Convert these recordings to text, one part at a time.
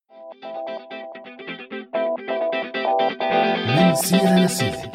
من سيرة لسيرة.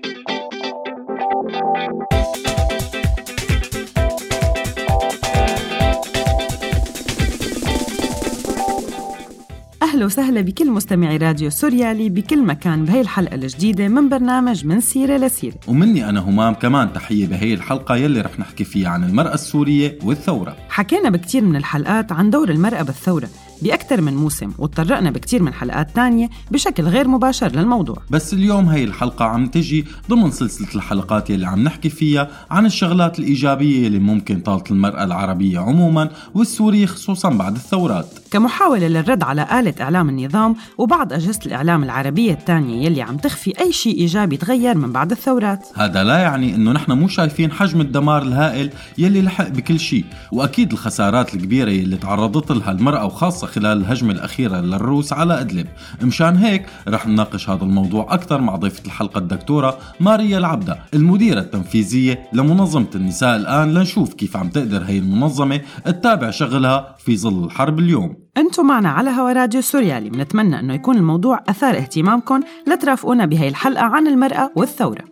أهلا وسهلا بكل مستمعي راديو سوريالي بكل مكان بهي الحلقة الجديدة من برنامج من سيرة لسيرة. ومني أنا همام كمان تحية بهي الحلقة يلي رح نحكي فيها عن المرأة السورية والثورة. حكينا بكتير من الحلقات عن دور المرأة بالثورة بأكثر من موسم، وتطرقنا بكتير من حلقات تانية بشكل غير مباشر للموضوع. بس اليوم هاي الحلقة عم تجي ضمن سلسلة الحلقات يلي عم نحكي فيها عن الشغلات الإيجابية اللي ممكن طالت المرأة العربية عموما والسورية خصوصا بعد الثورات، كمحاولة للرد على آلة إعلام النظام وبعض أجهزة الإعلام العربية التانية يلي عم تخفي أي شيء إيجابي تغير من بعد الثورات. هذا لا يعني إنه نحن مو شايفين حجم الدمار الهائل يلي لحق بكل شيء، وأكيد الخسارات الكبيرة يلي تعرضت لها المرأة وخاصة خلال الهجمة الأخيرة للروس على إدلب. مشان هيك رح نناقش هذا الموضوع أكثر مع ضيفة الحلقة الدكتورة ماريا العبدة، المديرة التنفيذية لمنظمة النساء الآن، لنشوف كيف عم تقدر هي المنظمة تتابع شغلها في ظل الحرب اليوم. أنتم معنا على هوا راديو سوريالي، بنتمنى أنه يكون الموضوع أثار اهتمامكم لترافقونا بهاي الحلقة عن المرأة والثورة.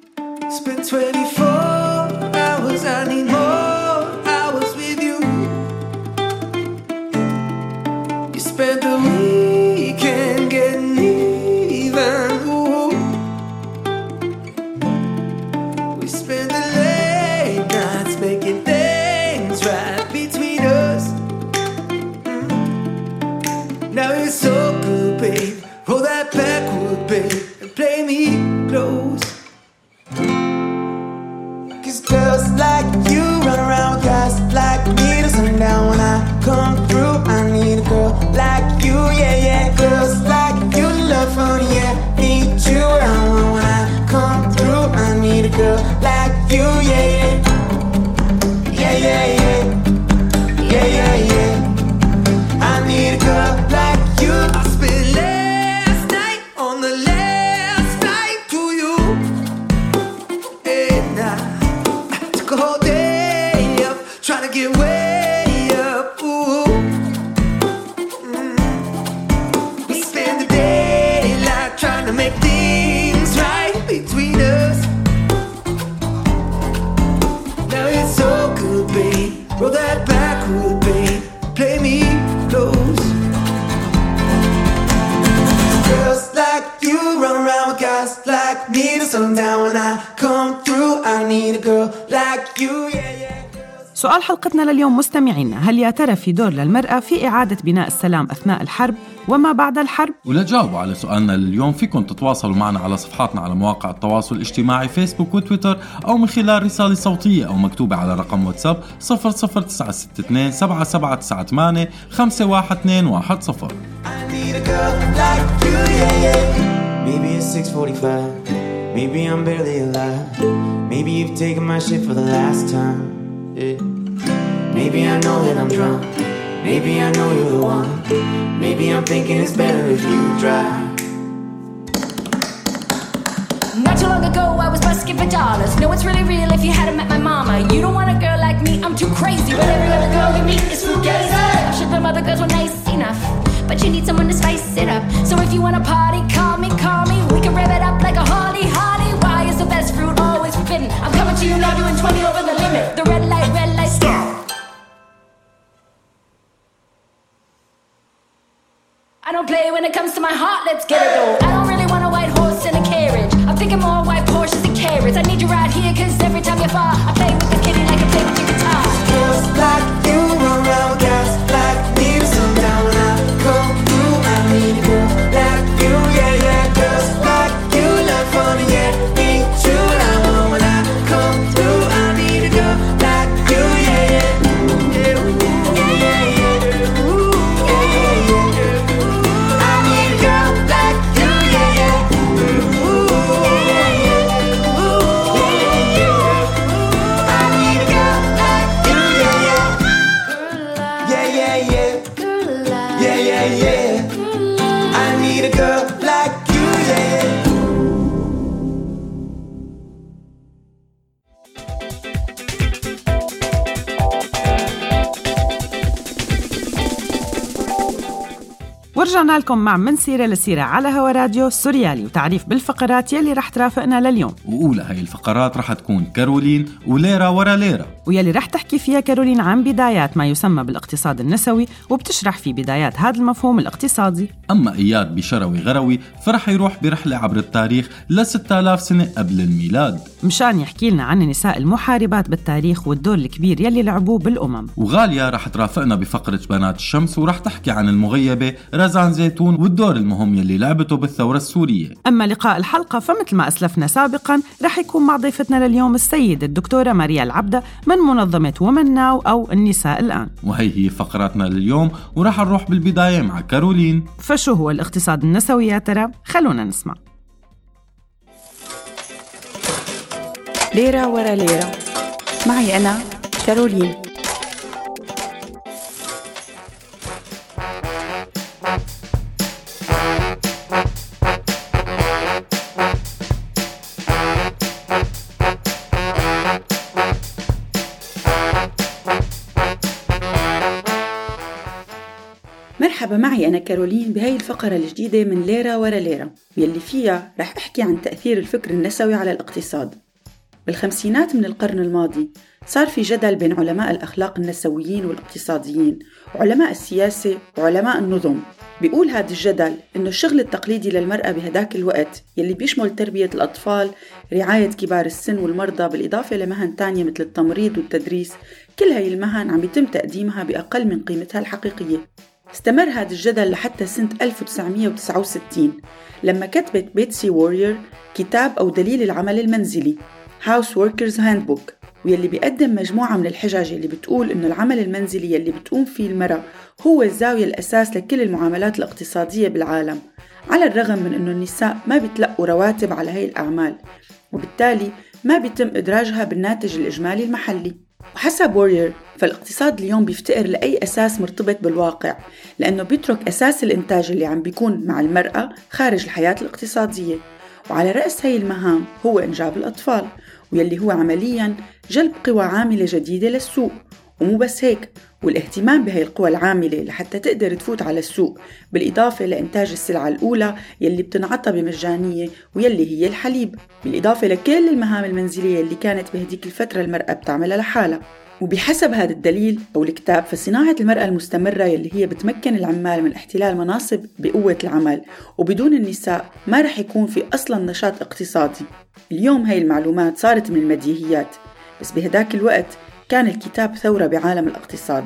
سؤال حلقتنا لليوم مستمعينا، هل يا ترى في دور للمرأة في إعادة بناء السلام أثناء الحرب وما بعد الحرب؟ ولتجاوبوا على سؤالنا لليوم فيكم تتواصلوا معنا على صفحاتنا على مواقع التواصل الاجتماعي فيسبوك وتويتر، أو من خلال رسالة صوتية أو مكتوبة على رقم واتساب 00962 7798 51210. Maybe it's 6:45, maybe I'm barely alive, maybe you've taken my shit for the last time, yeah. Maybe I know that I'm drunk, maybe I know you're the one, maybe I'm thinking it's better if you drive. Not too long ago I was busking for dollars. No, it's really real if you hadn't met my mama. You don't want a girl like me, I'm too crazy. But every other girl you meet is fugazi. I'm sure them other girls were nice enough, but you need someone to spice it up. So if you want a party, call me. We can rev it up like a Harley. Why is the best fruit always forbidden? I'm coming to you now doing 20 over the limit. The red light, stop. I don't play when it comes to my heart, let's get it though. I don't really want a white horse in a carriage. I'm thinking more white Porsches and carrots. I need you right here, cause every time you fall, I play with this kitty like I play with your guitar. Just like you run around, gas like me, sundown when I come through. I need a girl like you, yeah, yeah. Just like you, love funny, yeah. Me too, I want when I come through. I need a girl like you, yeah, yeah. ورجعنا لكم مع من سيرة لسيرة على هوا راديو سوريالي، وتعريف بالفقرات يلي رح ترافقنا لليوم. وأولى هاي الفقرات رح تكون كارولين وليرة ورا ليرة، ويلي رح تحكي فيها كارولين عن بدايات ما يسمى بالاقتصاد النسوي، وبتشرح في بدايات هذا المفهوم الاقتصادي. أما إياد بشروي غروي فرح يروح برحلة عبر التاريخ ل 6000 سنة قبل الميلاد مشان يحكي لنا عن النساء المحاربات بالتاريخ والدور الكبير يلي لعبوه بالأمم. وغالية رح ترافقنا بفقرة بنات الشمس، ورح تحكي عن المغيبة رزان زيتون والدور المهم يلي لعبته بالثورة السورية. أما لقاء الحلقة فمثل ما أسلفنا سابقا رح يكون مع ضيفتنا لليوم السيدة الدكتورة ماريا العبدة من منظمة وومن ناو أو النساء الآن. وهي فقراتنا لليوم، ورح نروح بالبداية مع كارولين. فشو هو الاقتصاد النسوي يا ترى؟ خلونا نسمع. ليرة ورا ليرة، معي أنا كارولين. مرحبا، معي أنا كارولين بهاي الفقرة الجديدة من ليرة ورا ليرة، يلي فيها رح أحكي عن تأثير الفكر النسوي على الاقتصاد. بالخمسينات من القرن الماضي صار في جدل بين علماء الأخلاق النسويين والاقتصاديين وعلماء السياسة وعلماء النظم. بيقول هذا الجدل إنه الشغل التقليدي للمرأة بهداك الوقت يلي بيشمل تربية الأطفال، رعاية كبار السن والمرضى، بالإضافة لمهن تانية مثل التمريض والتدريس، كل هاي المهن عم يتم تقديمها بأقل من قيمتها الحقيقية. استمر هذا الجدل لحتى سنة 1969 لما كتبت بيتسي وورير كتاب أو دليل العمل المنزلي House Workers Handbook، ويلي بيقدم مجموعة من الحجج اللي بتقول إنه العمل المنزلي يلي بتقوم فيه المرأة هو الزاوية الأساس لكل المعاملات الاقتصادية بالعالم، على الرغم من إنه النساء ما بيتلقوا رواتب على هاي الأعمال، وبالتالي ما بيتم إدراجها بالناتج الإجمالي المحلي. وحسب وورير فالاقتصاد اليوم بيفتقر لأي أساس مرتبط بالواقع، لأنه بيترك أساس الإنتاج اللي عم بيكون مع المرأة خارج الحياة الاقتصادية، وعلى رأس هاي المهام هو إنجاب الأطفال، ويلي هو عملياً جلب قوى عاملة جديدة للسوق. ومو بس هيك، والاهتمام بهاي القوى العاملة لحتى تقدر تفوت على السوق، بالإضافة لإنتاج السلعة الأولى يلي بتنعطى بمجانية ويلي هي الحليب، بالإضافة لكل المهام المنزلية اللي كانت بهديك الفترة المرأة بتعملها لحالها. وبحسب هذا الدليل أو الكتاب فصناعة المرأة المستمرة يلي هي بتمكن العمال من احتلال مناصب بقوة العمل، وبدون النساء ما رح يكون في أصلاً نشاط اقتصادي. اليوم هاي المعلومات صارت من المديهيات، بس بهداك الوقت كان الكتاب ثورة بعالم الاقتصاد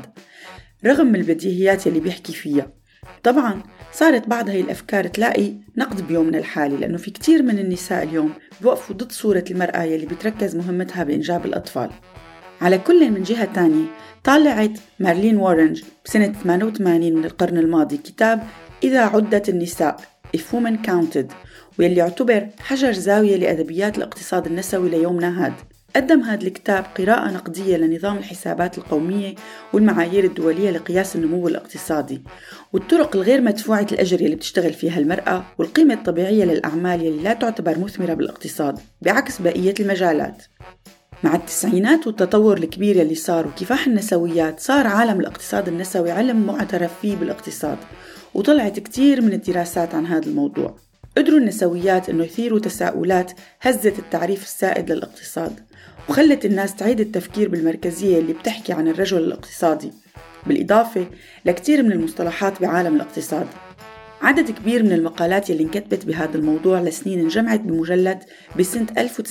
رغم من البديهيات يلي بيحكي فيها. طبعاً صارت بعض هاي الأفكار تلاقي نقد بيومنا الحالي، لأنه في كتير من النساء اليوم بيوقفوا ضد صورة المرأة يلي بتركز مهمتها بإنجاب الأطفال. على كل من جهة تانية طالعت مارلين وارنج بسنة 88 من القرن الماضي كتاب إذا عدت النساء If Women Counted، واللي يعتبر حجر زاوية لأدبيات الاقتصاد النسوي ليومنا هاد. قدم هذا الكتاب قراءة نقدية لنظام الحسابات القومية والمعايير الدولية لقياس النمو الاقتصادي، والطرق الغير مدفوعة الأجر اللي بتشتغل فيها المرأة، والقيمة الطبيعية للأعمال اللي لا تعتبر مثمرة بالاقتصاد بعكس بقية المجالات. مع التسعينات والتطور الكبير اللي صار وكفاح النسويات، صار عالم الاقتصاد النسوي علم معترف فيه بالاقتصاد، وطلعت كتير من الدراسات عن هذا الموضوع. قدروا النسويات إنه يثيروا تساؤلات هزت التعريف السائد للاقتصاد، وخلت الناس تعيد التفكير بالمركزية اللي بتحكي عن الرجل الاقتصادي، بالإضافة لكتير من المصطلحات بعالم الاقتصاد. عدد كبير من المقالات اللي انكتبت بهذا الموضوع لسنين انجمعت بمجلد بسنة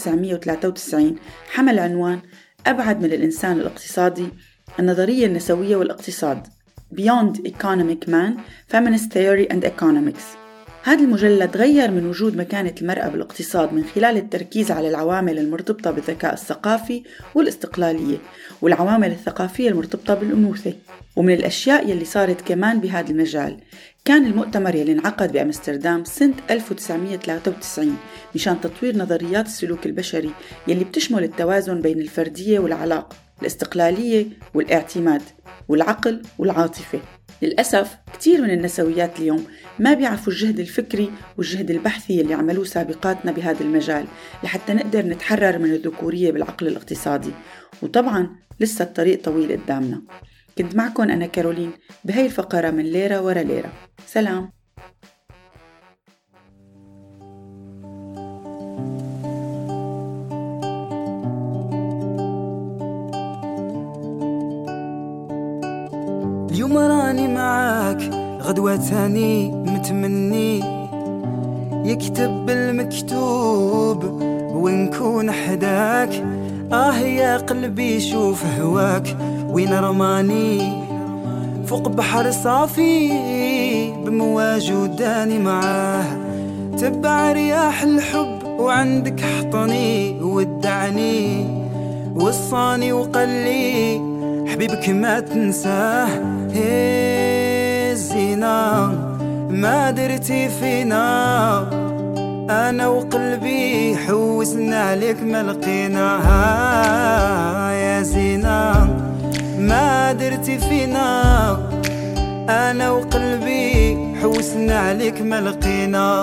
1993 حمل عنوان أبعد من الإنسان الاقتصادي، النظرية النسوية والاقتصاد Beyond Economic Man, Feminist Theory and Economics. هذا المجلد غير من وجود مكانة المرأة بالاقتصاد من خلال التركيز على العوامل المرتبطة بالذكاء الثقافي والاستقلالية، والعوامل الثقافية المرتبطة بالأنوثة. ومن الأشياء يلي صارت كمان بهذا المجال كان المؤتمر يلي انعقد بأمستردام سنة 1993 مشان تطوير نظريات السلوك البشري يلي بتشمل التوازن بين الفردية والعلاقة، الاستقلالية والاعتماد، والعقل والعاطفة. للأسف كتير من النسويات اليوم ما بيعرفوا الجهد الفكري والجهد البحثي اللي عملوه سابقاتنا بهذا المجال لحتى نقدر نتحرر من الذكورية بالعقل الاقتصادي، وطبعاً لسه الطريق طويل قدامنا. كنت معكم أنا كارولين بهاي الفقرة من ليرة ورا ليرة. سلام. اليوم راني معاك، غدوة تاني متمني يكتب المكتوب ونكون حداك. يا قلبي شوف هواك وين رماني، فوق بحر صافي بمواج وداني معاه. تبع رياح الحب وعندك حطني ودعني، وصاني وقلي حبيبك ما تنساه. الزينة ما درتي فينا، أنا وقلبي حوسنا عليك ما لقيناها. يا زينة ما درتي فينا، أنا وقلبي حوسنا عليك ما لقينا.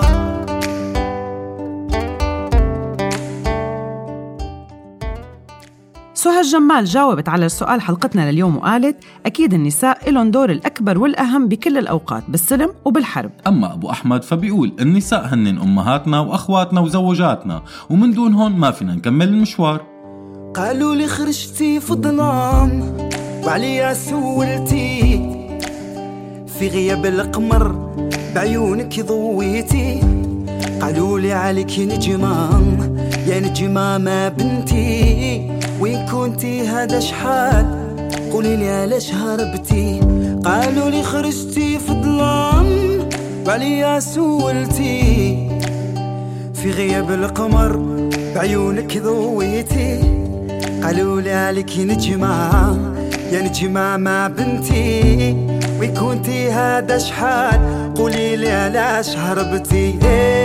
سهى الجمال جاوبت على السؤال حلقتنا لليوم وقالت أكيد النساء إلهم دور الأكبر والأهم بكل الأوقات بالسلم وبالحرب. أما أبو أحمد فبيقول النساء هن أمهاتنا وأخواتنا وزوجاتنا، ومن دونهم ما فينا نكمل المشوار. قالوا لي خرجتي في الظلام وعليا سولتي، في غياب القمر بعيونك ضويتي. قالوا لي عليك نجمة يا نجمة ما بنتي، وين كنتي هذا شحال قولي لي علاش هربتي. قالوا لي خرجتي في الظلام وعليا سولتي، في غياب القمر بعيونك ضويتي. قالوا لي عليك نجمة يا نجمة ما بنتي، وين كنتي هذا شحال قولي لي علاش هربتي.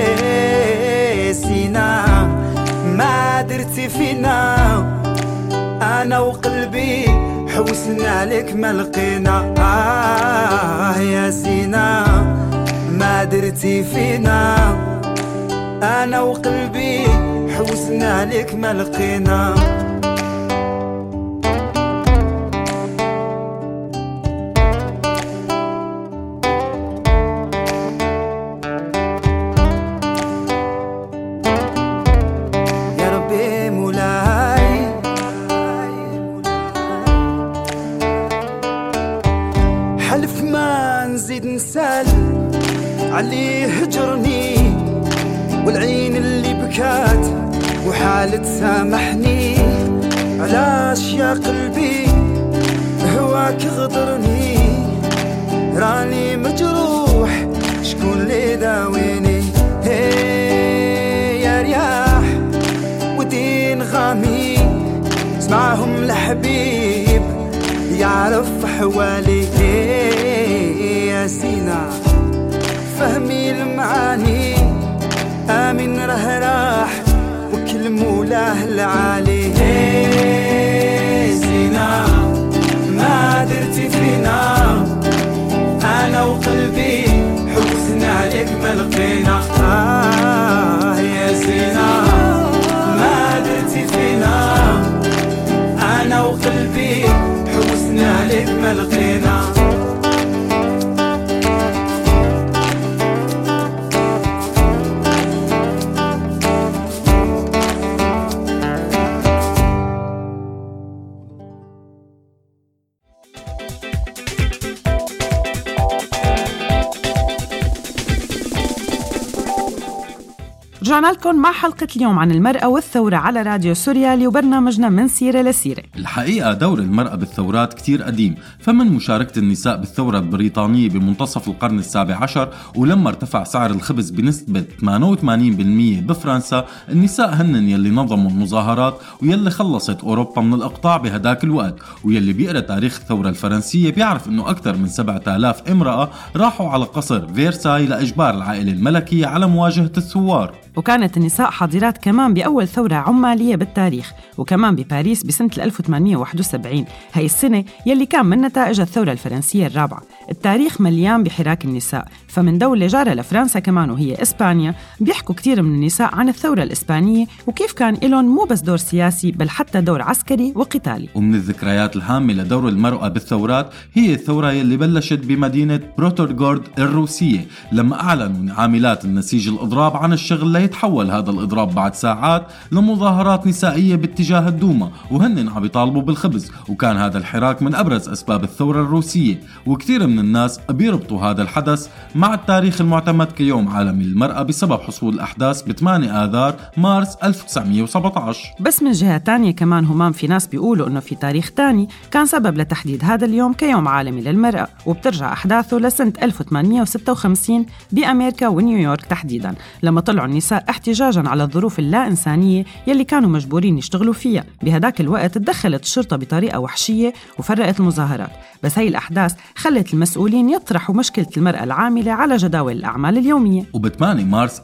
سينا ما درتي فينا، أنا وقلبي حوسنا عليك ما لقينا. يا زينة ما درتي فينا، أنا وقلبي حوسنا عليك ما لقينا. حلف ما نزيد نسال عليه هجرني، والعين اللي بكات وحالة سامحني. علاش يا قلبي هواك غدرني، راني مجروح شكون اللي داويني. يا رياح ودين غامي اسمعهم الحبيب يعرف حوالي. يا زينة فهمي المعاني، آمن راه راح وكل مولاه العالي. زينة ما درتي فينا، أنا وقلبي حوسنا عليك ما لقينا. يا زينة ما درتي فينا، أنا وقلبي حوسنا عليك ما لقينا. رجعنا لكم مع حلقة اليوم عن المرأة والثورة على راديو سوريالي وبرنامجنا من سيرة لسيرة. الحقيقة دور المرأة بالثورات كتير قديم، فمن مشاركة النساء بالثورة البريطانية بمنتصف القرن ال17، ولما ارتفع سعر الخبز بنسبة 88% بفرنسا، النساء هنن يلي نظموا المظاهرات ويلي خلصت أوروبا من الإقطاع بهداك الوقت. ويلي بيقرأ تاريخ الثورة الفرنسية بيعرف أنه أكثر من 7000 امرأة راحوا على قصر فيرساي لإجبار العائلة الملكية على مواجهة الثوار. وكانت النساء حاضرات كمان بأول ثورة عمالية بالتاريخ، وكمان بباريس بسنة 1871، هي السنة يلي كان من نتائج الثورة الفرنسية الرابعة. التاريخ مليان بحراك النساء، فمن دولة جارة لفرنسا كمان وهي إسبانيا بيحكوا كتير من النساء عن الثورة الإسبانية وكيف كان إلهم مو بس دور سياسي بل حتى دور عسكري وقتالي. ومن الذكريات الهامة لدور المرأة بالثورات هي الثورة يلي بلشت بمدينة بروتورغورد الروسية لما أعلنوا عاملات النسيج الإضراب عن الشغل ليتحول هذا الإضراب بعد ساعات لمظاهرات نسائية باتجاه الدوما وهن عم يطالبوا بالخبز. وكان هذا الحراك من أبرز أسباب الثورة الروسية، وكثير من الناس بيربطوا هذا الحدث مع التاريخ المعتمد كيوم عالمي للمرأة بسبب حصول الأحداث ب 8 آذار مارس 1917. بس من جهة تانية كمان همام في ناس بيقولوا إنه في تاريخ تاني كان سبب لتحديد هذا اليوم كيوم عالمي للمرأة، وبترجع أحداثه لسنة 1856 بأمريكا ونيويورك تحديداً، لما طلعوا النساء احتجاجاً على الظروف اللا إنسانية يلي كانوا مجبورين يشتغلوا فيها. بهداك الوقت تدخلت الشرطة بطريقة وحشية وفرقت المظاهرات، بس هاي الأحداث خلت المسؤولين يطرحوا مشكلة المرأة العاملة على جداول الأعمال اليومية. وب 8 مارس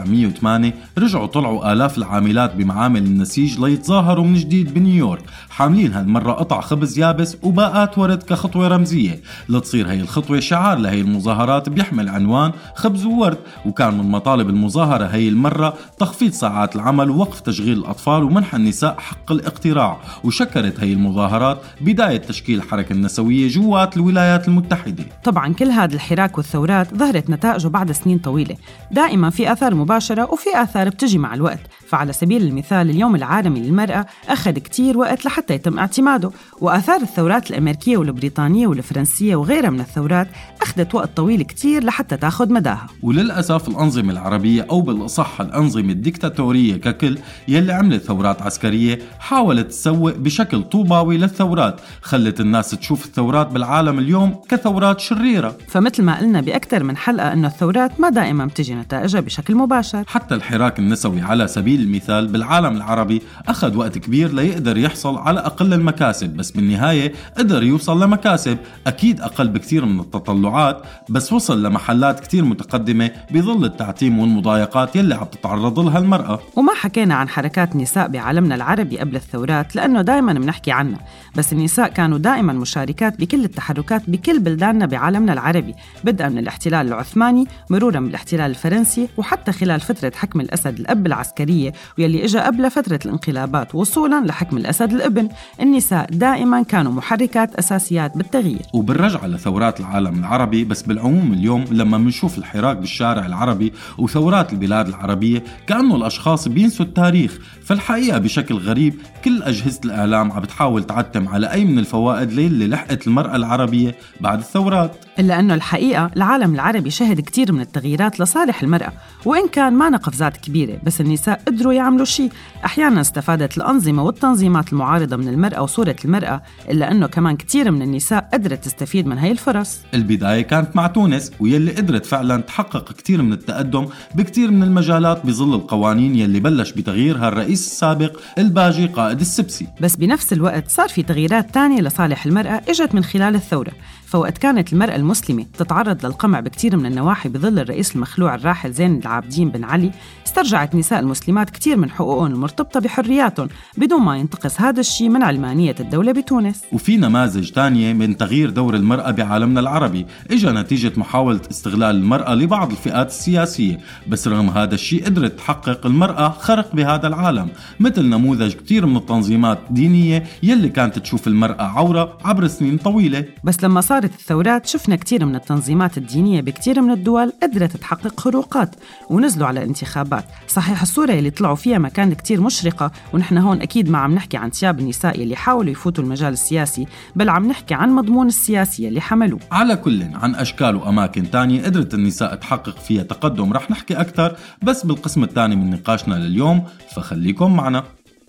1908 رجعوا طلعوا آلاف العاملات بمعامل النسيج ليتظاهروا من جديد بنيويورك، حاملين هالمرة قطع خبز يابس وباقات ورد كخطوة رمزية لتصير هي الخطوة شعار لهي المظاهرات بيحمل عنوان خبز وورد. وكان من مطالب المظاهرة هي المرة تخفيض ساعات العمل ووقف تشغيل الأطفال ومنح النساء حق الاقتراع. وشكرت هي المظاهرات بداية تشكيل الحركة النسوية جوات الولايات المتحدة. طبعاً كل هذا الحراك والثورات ظهرت نتائجه بعد سنين طويلة، دائماً في آثار مباشرة وفي آثار بتجي مع الوقت. فعلى سبيل المثال اليوم العالمي للمرأة أخذ كتير وقت لحتى يتم اعتماده، وآثار الثورات الأمريكية والبريطانية والفرنسية وغيرها من الثورات أخذت وقت طويل كتير لحتى تاخد مداها. وللأسف الأنظمة العربية أو بالأصح الأنظمة الديكتاتورية ككل يلي عملت ثورات عسكرية حاولت تسوق بشكل طوباوي للثورات، خلت الناس تشوف الثورات بالعالم اليوم كثورات شريرة. فمثل ما قلنا بأكثر من حلقة أنه الثورات ما دائما بتجي نتائجها بشكل مباشر. حتى الحراك النسوي على سبيل المثال بالعالم العربي أخذ وقت كبير ليقدر يحصل على أقل المكاسب، بس بالنهاية قدر يوصل لمكاسب أكيد أقل بكثير من التطلعات، بس وصل لمحلات كتير متقدمة بظل التعتيم والمضايقات يلي عم تتعرض لها المرأة. وما حكينا عن حركات النساء بعالمنا العربي قبل الثورات لأنه دائما بنحكي عنها، بس النساء كانوا دائما مشاركات بكل التحركات بكل بلداننا بعالمنا العربي، بدءا من الاحتلال العثماني مرورا بالاحتلال الفرنسي وحتى خلال فترة حكم الأسد الأب العسكرية واللي إجا قبل فترة الانقلابات وصولا لحكم الأسد الابن. النساء دائما كانوا محركات أساسيات بالتغيير. وبالرجعة لثورات العالم العربي بس بالعموم اليوم لما منشوف الحراك بالشارع العربي وثورات البلاد العربية كأنه الأشخاص بينسوا التاريخ. فالحقيقة بشكل غريب كل أجهزة الإعلام عم بتحاول تعتم على أي من الفوائد اللي لحقت المرأة العربية بعد الثورات، إلا أنه الحقيقة العالم العربي شهد كتير من التغييرات لصالح المرأة، وإن كان ما قفزات كبيرة بس النساء قدروا يعملوا شيء. أحيانا استفادت الأنظمة والتنظيمات المعارضة من المرأة وصورة المرأة، إلا أنه كمان كتير من النساء قدرت تستفيد من هاي الفرص. البداية كانت مع تونس واللي قدرت فعلا تحقق كتير من التقدم بكتير من المجالات بظل القوانين يلي بلش بتغييرها الرئيس السابق الباجي قائد السبسي. بس بنفس الوقت صار في تغييرات تانية لصالح المرأة إجت من خلال الثورة. فوقت كانت المرأة المسلمة تتعرض للقمع بكتير من النواحي بظل الرئيس المخلوع الراحل زين العابدين بن علي، استرجعت نساء المسلمات كتير من حقوقهم المرتبطة بحرياتهم بدون ما ينتقص هذا الشيء من علمانية الدولة بتونس. وفي نماذج تانية من تغيير دور المرأة بعالمنا العربي إجا نتيجة محاولة استغلال المرأة لبعض الفئات السياسية، بس رغم هذا الشيء قدرت تحقق المرأة خرق بهذا العالم، مثل نموذج كتير من التنظيمات الدينية يلي كانت تشوف المرأة عورة عبر سنين طويلة. بس لما صارت الثورات شفنا كتير من التنظيمات الدينية بكتير من الدول قدرت تحقق خروقات ونزلوا على انتخابات. صحيح الصورة اللي طلعوا فيها ما كانت كتير مشرقة، ونحن هون أكيد ما عم نحكي عن ثياب النساء اللي حاولوا يفوتوا المجال السياسي، بل عم نحكي عن مضمون السياسي اللي حملوه. على كل عن أشكال وأماكن تانية قدرت النساء تحقق فيها تقدم رح نحكي أكتر بس بالقسم الثاني من نقاشنا لليوم، فخليكم معنا.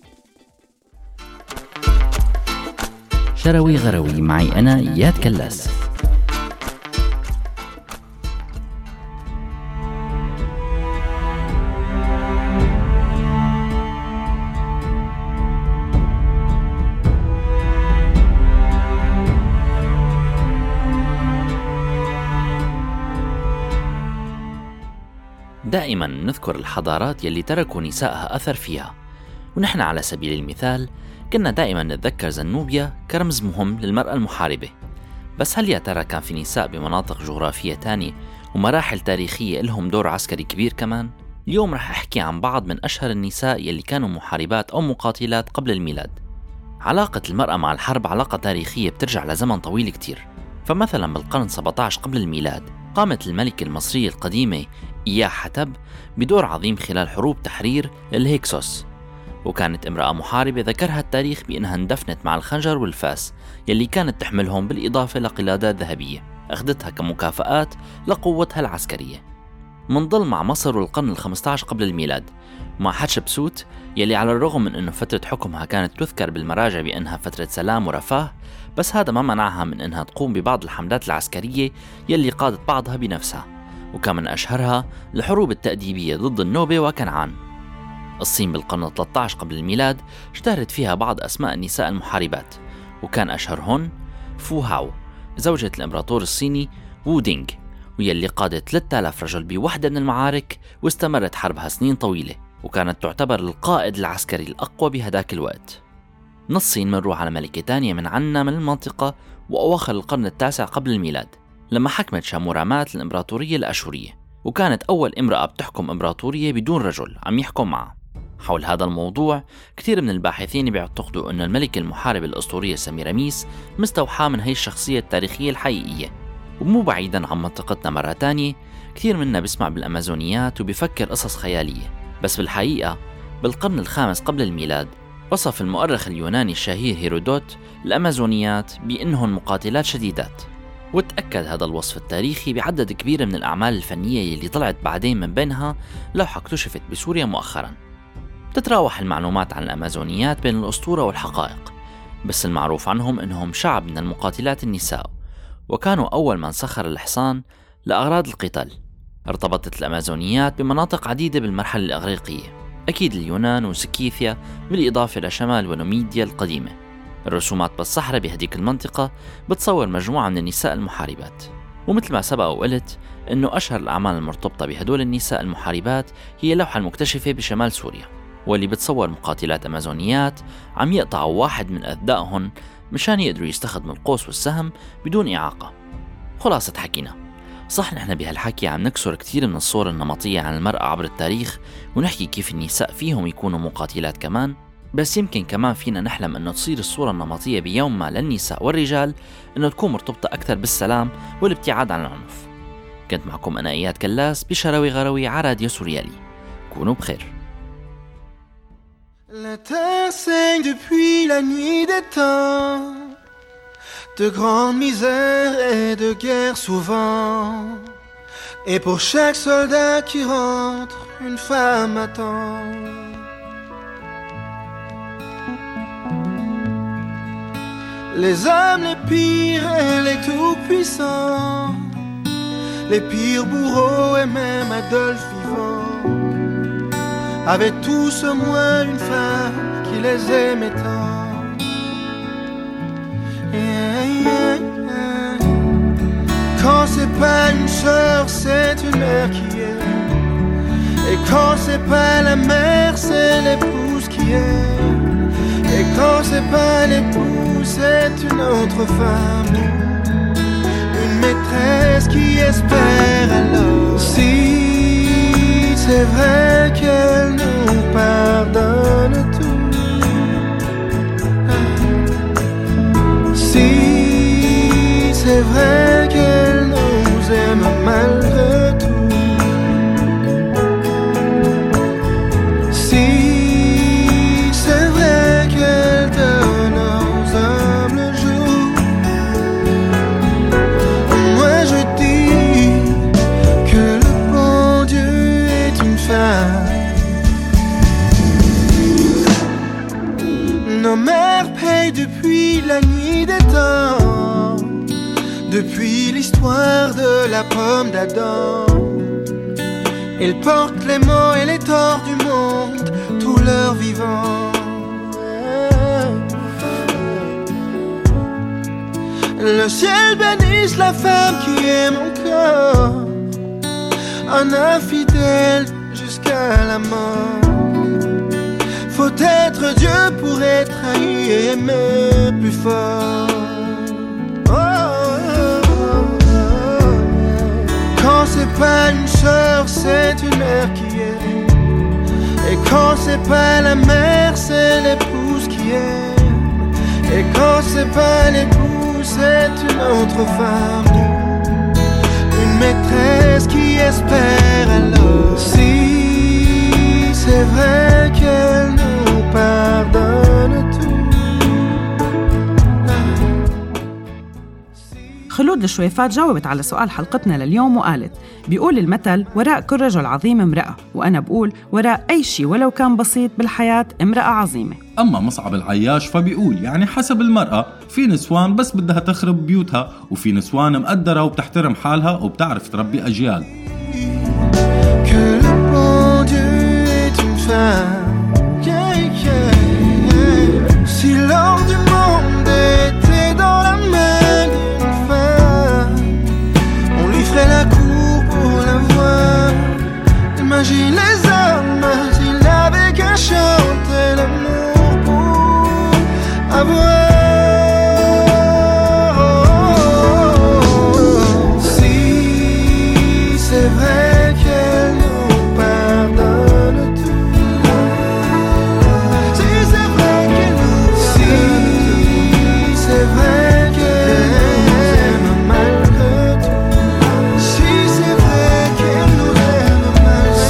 شروي غروي معي أنا إياد كلاس. دائما نذكر الحضارات يلي تركوا نسائها أثر فيها، ونحن على سبيل المثال كنا دائما نتذكر زنوبيا كرمز مهم للمرأة المحاربة. بس هل يا ترى كان في نساء بمناطق جغرافية تانية ومراحل تاريخية لهم دور عسكري كبير كمان؟ اليوم رح أحكي عن بعض من أشهر النساء يلي كانوا محاربات أو مقاتلات قبل الميلاد. علاقة المرأة مع الحرب علاقة تاريخية بترجع لزمن طويل كتير. فمثلا بالقرن 17 قبل الميلاد قامت الملكة المصرية القديمة إياه حتب بدور عظيم خلال حروب تحرير الهيكسوس، وكانت امرأة محاربة ذكرها التاريخ بأنها اندفنت مع الخنجر والفاس يلي كانت تحملهم، بالإضافة لقلادات ذهبية أخذتها كمكافآت لقوتها العسكرية. منضل مع مصر والقرن ال15 قبل الميلاد مع حتشبسوت يلي على الرغم من أنه فترة حكمها كانت تذكر بالمراجع بأنها فترة سلام ورفاه، بس هذا ما منعها من أنها تقوم ببعض الحملات العسكرية يلي قادت بعضها بنفسها، وكان من أشهرها الحروب التأديبية ضد النوبة وكنعان. الصين بالقرن 13 قبل الميلاد اشتهرت فيها بعض أسماء النساء المحاربات، وكان أشهرهن فو هاو زوجة الإمبراطور الصيني وو دينغ، ويلي قادت 3000 رجل بوحدة من المعارك واستمرت حربها سنين طويلة، وكانت تعتبر القائد العسكري الأقوى بهداك الوقت. من الصين منروح على ملكة تانية من عنا من المنطقة وأواخر القرن 9 قبل الميلاد لما حكمت شامورامات الإمبراطورية الأشورية، وكانت أول امرأة بتحكم إمبراطورية بدون رجل عم يحكم معها. حول هذا الموضوع كثير من الباحثين بيعتقدوا أن الملكة المحاربة الأسطورية سميراميس مستوحاة من هي الشخصية التاريخية الحقيقية. ومو بعيدا عن منطقتنا مرة تانية، كثير منا بيسمع بالأمازونيات وبيفكر قصص خيالية، بس بالحقيقة بالقرن الخامس قبل الميلاد وصف المؤرخ اليوناني الشهير هيرودوت الأمازونيات بأنهن مقاتلات شديدات، وتأكد هذا الوصف التاريخي بعدد كبير من الأعمال الفنية اللي طلعت بعدين، من بينها لوحة اكتشفت بسوريا مؤخرا. تتراوح المعلومات عن الأمازونيات بين الأسطورة والحقائق، بس المعروف عنهم أنهم شعب من المقاتلات النساء، وكانوا أول من سخر الحصان لأغراض القتال. ارتبطت الأمازونيات بمناطق عديدة بالمرحلة الإغريقية، أكيد اليونان وسكيثيا بالإضافة لشمال ونوميديا القديمة. الرسومات بالصحراء بهديك المنطقة بتصور مجموعة من النساء المحاربات، ومثل ما سبق وقلت أنه أشهر الأعمال المرتبطة بهدول النساء المحاربات هي اللوحة المكتشفة بشمال سوريا، واللي بتصور مقاتلات أمازونيات عم يقطعوا واحد من أثدائهن مشان يقدروا يستخدموا القوس والسهم بدون إعاقة. خلاصة حكينا، صح نحن بهالحكي عم نكسر كتير من الصور النمطية عن المرأة عبر التاريخ ونحكي كيف النساء فيهم يكونوا مقاتلات كمان، بس يمكن كمان فينا نحلم أنه تصير الصورة النمطية بيوم ما للنساء والرجال أنه تكون مرتبطة أكثر بالسلام والابتعاد عن العنف. كنت معكم أنا إياد كلاس بشراوي غروي على راديو سوريالي. كونوا بخير. La terre saigne depuis la nuit des temps, de grandes misères et de guerres souvent, et pour chaque soldat qui rentre, une femme attend. Les hommes les pires et les tout-puissants, les pires bourreaux et même Adolphe vivant, avaient tous au moins une femme qui les aimait tant. Quand c'est pas une sœur, c'est une mère qui est. Et quand c'est pas la mère, c'est l'épouse qui est. Et quand c'est pas l'épouse, c'est une autre femme, une maîtresse qui espère alors. Si c'est vrai qu'elle nous pardonne tout, si c'est vrai qu'elle nous aime malgré tout, si c'est vrai qu'elle donne aux hommes le jour, moi je dis que le bon Dieu est une femme. Nos mères payent depuis la nuit des temps, depuis l'histoire de la pomme d'Adam. Ils portent les maux et les torts du monde tout leur vivant. Le ciel bénisse la femme qui est mon corps, un infidèle jusqu'à la mort. Faut être Dieu pour être trahi et aimer plus fort. Quand c'est pas une sœur, c'est une mère qui aime. Et quand c'est pas la mère, c'est l'épouse qui aime. Et quand c'est pas l'épouse, c'est une autre femme, une maîtresse qui espère alors. Si c'est vrai qu'elle nous pardonne tout. خلود الشويفات جاوبت على سؤال حلقتنا لليوم وقالت: بيقول المثل وراء كل رجل عظيم امرأة، وأنا بقول وراء أي شيء ولو كان بسيط بالحياة امرأة عظيمة. أما مصعب العياش فبيقول يعني حسب المرأة، في نسوان بس بدها تخرب بيوتها، وفي نسوان مقدرة وبتحترم حالها وبتعرف تربي أجيال. Imagine les hommes s'ils n'avaient qu'à chanter l'amour pour avoir. Si c'est vrai qu'elle nous pardonne tout. Si c'est vrai qu'elle nous pardonne. Si c'est vrai qu'elle nous aime malgré tout. Si c'est vrai qu'elle nous aime malgré tout.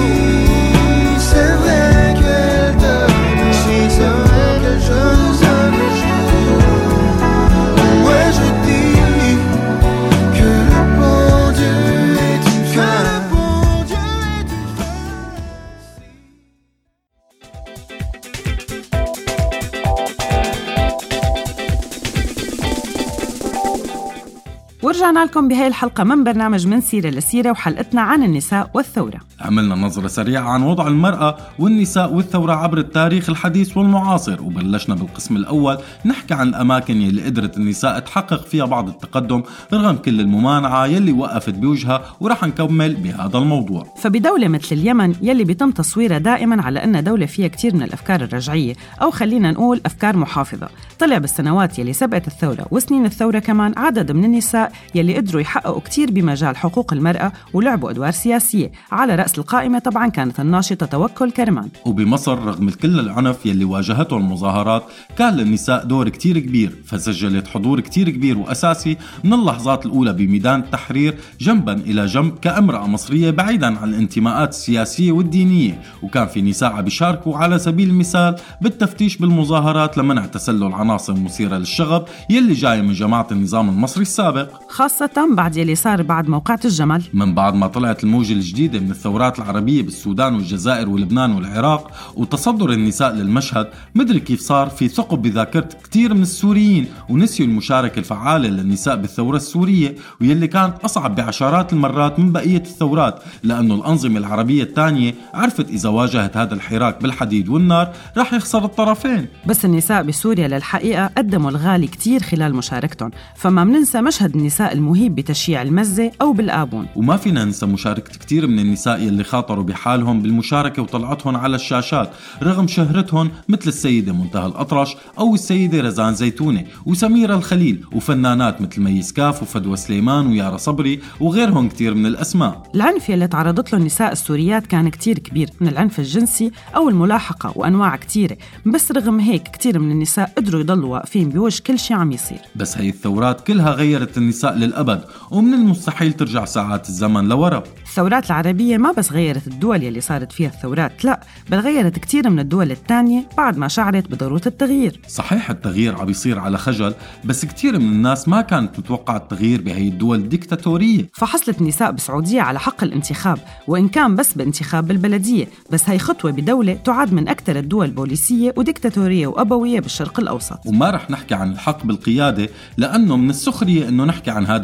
ورجعنا لكم بهاي الحلقة من برنامج من سيرة لسيرة، وحلقتنا عن النساء والثورة. عملنا نظرة سريعة عن وضع المرأة والنساء والثورة عبر التاريخ الحديث والمعاصر، وبلشنا بالقسم الأول نحكي عن الأماكن يلي قدرت النساء تحقق فيها بعض التقدم رغم كل الممانعة يلي وقفت بوجهها، ورح نكمل بهذا الموضوع. فبدولة مثل اليمن يلي بيتم تصويرها دائما على أن دولة فيها كتير من الأفكار الرجعية، أو خلينا نقول أفكار محافظة، طلع بالسنوات يلي سبقت الثورة وسنين الثورة كمان عدد من النساء يلي قدروا يحققوا كتير بمجال حقوق المرأة ولعبوا أدوار سياسية. على رأس القائمة طبعا كانت الناشطة توكل كرمان. وبمصر رغم كل العنف يلي واجهته المظاهرات كان للنساء دور كتير كبير، فسجلت حضور كتير كبير وأساسي من اللحظات الأولى بميدان التحرير جنبا إلى جنب كامرأة مصرية بعيدا عن الانتماءات السياسية والدينية. وكان في نساء بيشاركوا على سبيل المثال بالتفتيش بالمظاهرات لمنع تسلل عناصر مثيرة للشغب يلي جاي من جماعة النظام المصري السابق، خاصة بعد يلي صار بعد موقعة الجمل، من بعد ما طلعت الموجة الجديدة من الثورات العربية بالسودان والجزائر ولبنان والعراق وتصدر النساء للمشهد. مدري كيف صار في ثقب بذاكرة كتير من السوريين ونسيوا المشاركة الفعالة للنساء بالثورة السورية، ويلي كانت أصعب بعشرات المرات من بقية الثورات، لأنه الأنظمة العربية الثانية عرفت إذا واجهت هذا الحراك بالحديد والنار راح يخسر الطرفين. بس النساء بسوريا للحقيقة قدموا الغالي كتير خلال مشاركتهم، فما مننسى مشهد النساء المهيب بتشييع المزة أو بالآبون. وما فينا ننسى مشاركة كتير من النساء يلي خاطروا بحالهم بالمشاركة وطلعتهم على الشاشات رغم شهرتهم، مثل السيدة منتهى الأطرش أو السيدة رزان زيتونة وسميرة الخليل، وفنانات مثل مي سكاف وفدوى سليمان ويارا صبري وغيرهم كتير من الأسماء. العنف يلي تعرضت له النساء السوريات كان كتير كبير، من العنف الجنسي أو الملاحقة وأنواع كتيرة، بس رغم هيك كتير من النساء قدروا يضلوا واقفين بوجه كل شيء عم يصير. بس هاي الثورات كلها غيرت النساء للأبد، ومن المستحيل ترجع ساعات الزمن لورا. الثورات العربية ما بس غيرت الدول يلي صارت فيها الثورات، لا بل غيرت كتير من الدول الثانية بعد ما شعرت بضرورة التغيير. صحيح التغيير عم يصير على خجل، بس كتير من الناس ما كانت تتوقع التغيير بهي الدول الديكتاتورية. فحصلت النساء بالسعودية على حق الانتخاب، وإن كان بس بانتخاب بالبلدية، بس هي خطوة بدولة تعد من أكثر الدول بوليسية وديكتاتورية وأبوية بالشرق الأوسط. وما رح نحكي عن الحق بالقيادة لأنه من السخرية إنه نحكي عن هذا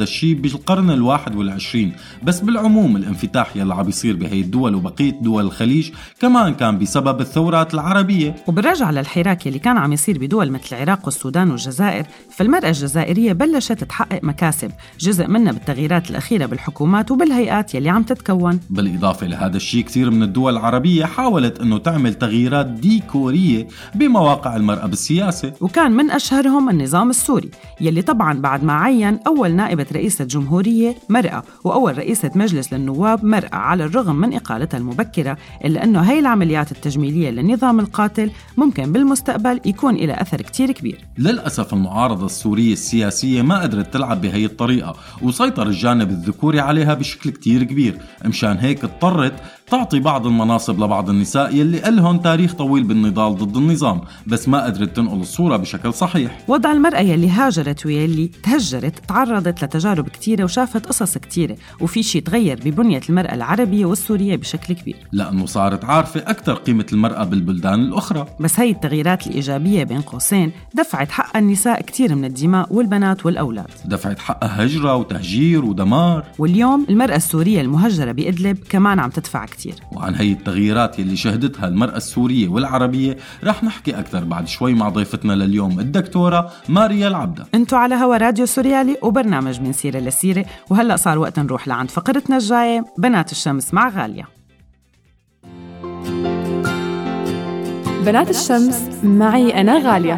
هذا الشيء بالقرن 21. بس بالعموم الانفتاح يلي عم بيصير بهي الدول وبقية دول الخليج كمان كان بسبب الثورات العربية. وبالرجع للحراك يلي كان عم يصير بدول مثل العراق والسودان والجزائر، فالمرأة الجزائرية بلشت تحقق مكاسب، جزء منها بالتغييرات الأخيرة بالحكومات وبالهيئات يلي عم تتكون. بالإضافة لهذا الشيء كثير من الدول العربية حاولت أنه تعمل تغييرات ديكورية بمواقع المرأة بالسياسة، وكان من أشهرهم النظام السوري يلي طبعاً بعد ما عين أول نائبة رئيسة جمهورية مرأة وأول رئيسة مجلس للنواب مرأة، على الرغم من إقالتها المبكرة، إلا أنه هاي العمليات التجميلية للنظام القاتل ممكن بالمستقبل يكون إلى أثر كتير كبير. للأسف المعارضة السورية السياسية ما قدرت تلعب بهي الطريقة، وسيطر الجانب الذكوري عليها بشكل كتير كبير. مشان هيك اضطرت تعطي بعض المناصب لبعض النساء يلي لهم تاريخ طويل بالنضال ضد النظام، بس ما قدرت تنقل الصورة بشكل صحيح. وضع المرأة يلي هاجرت ويلي تهجرت تعرضت لتجارب كتيرة وشافت قصص كتيرة، وفي شيء تغير ببنية المرأة العربية والسورية بشكل كبير، لأنه صارت عارفة أكثر قيمة المرأة بالبلدان الأخرى. بس هاي التغييرات الإيجابية بين قوسين دفعت حق النساء كتير من الدماء والبنات والأولاد، دفعت حقها هجرة وتهجير ودمار. واليوم المرأة السورية المهجرة بإدلب كمان عم تدفع كتير. وعن هي التغييرات يلي شهدتها المرأة السورية والعربية رح نحكي أكثر بعد شوي مع ضيفتنا لليوم الدكتورة ماريا العبدة. انتوا على هوا راديو سوريالي وبرنامج من سيرة لسيرة، وهلأ صار وقت نروح لعند فقرتنا الجاية بنات الشمس مع غالية. بنات الشمس معي أنا غالية.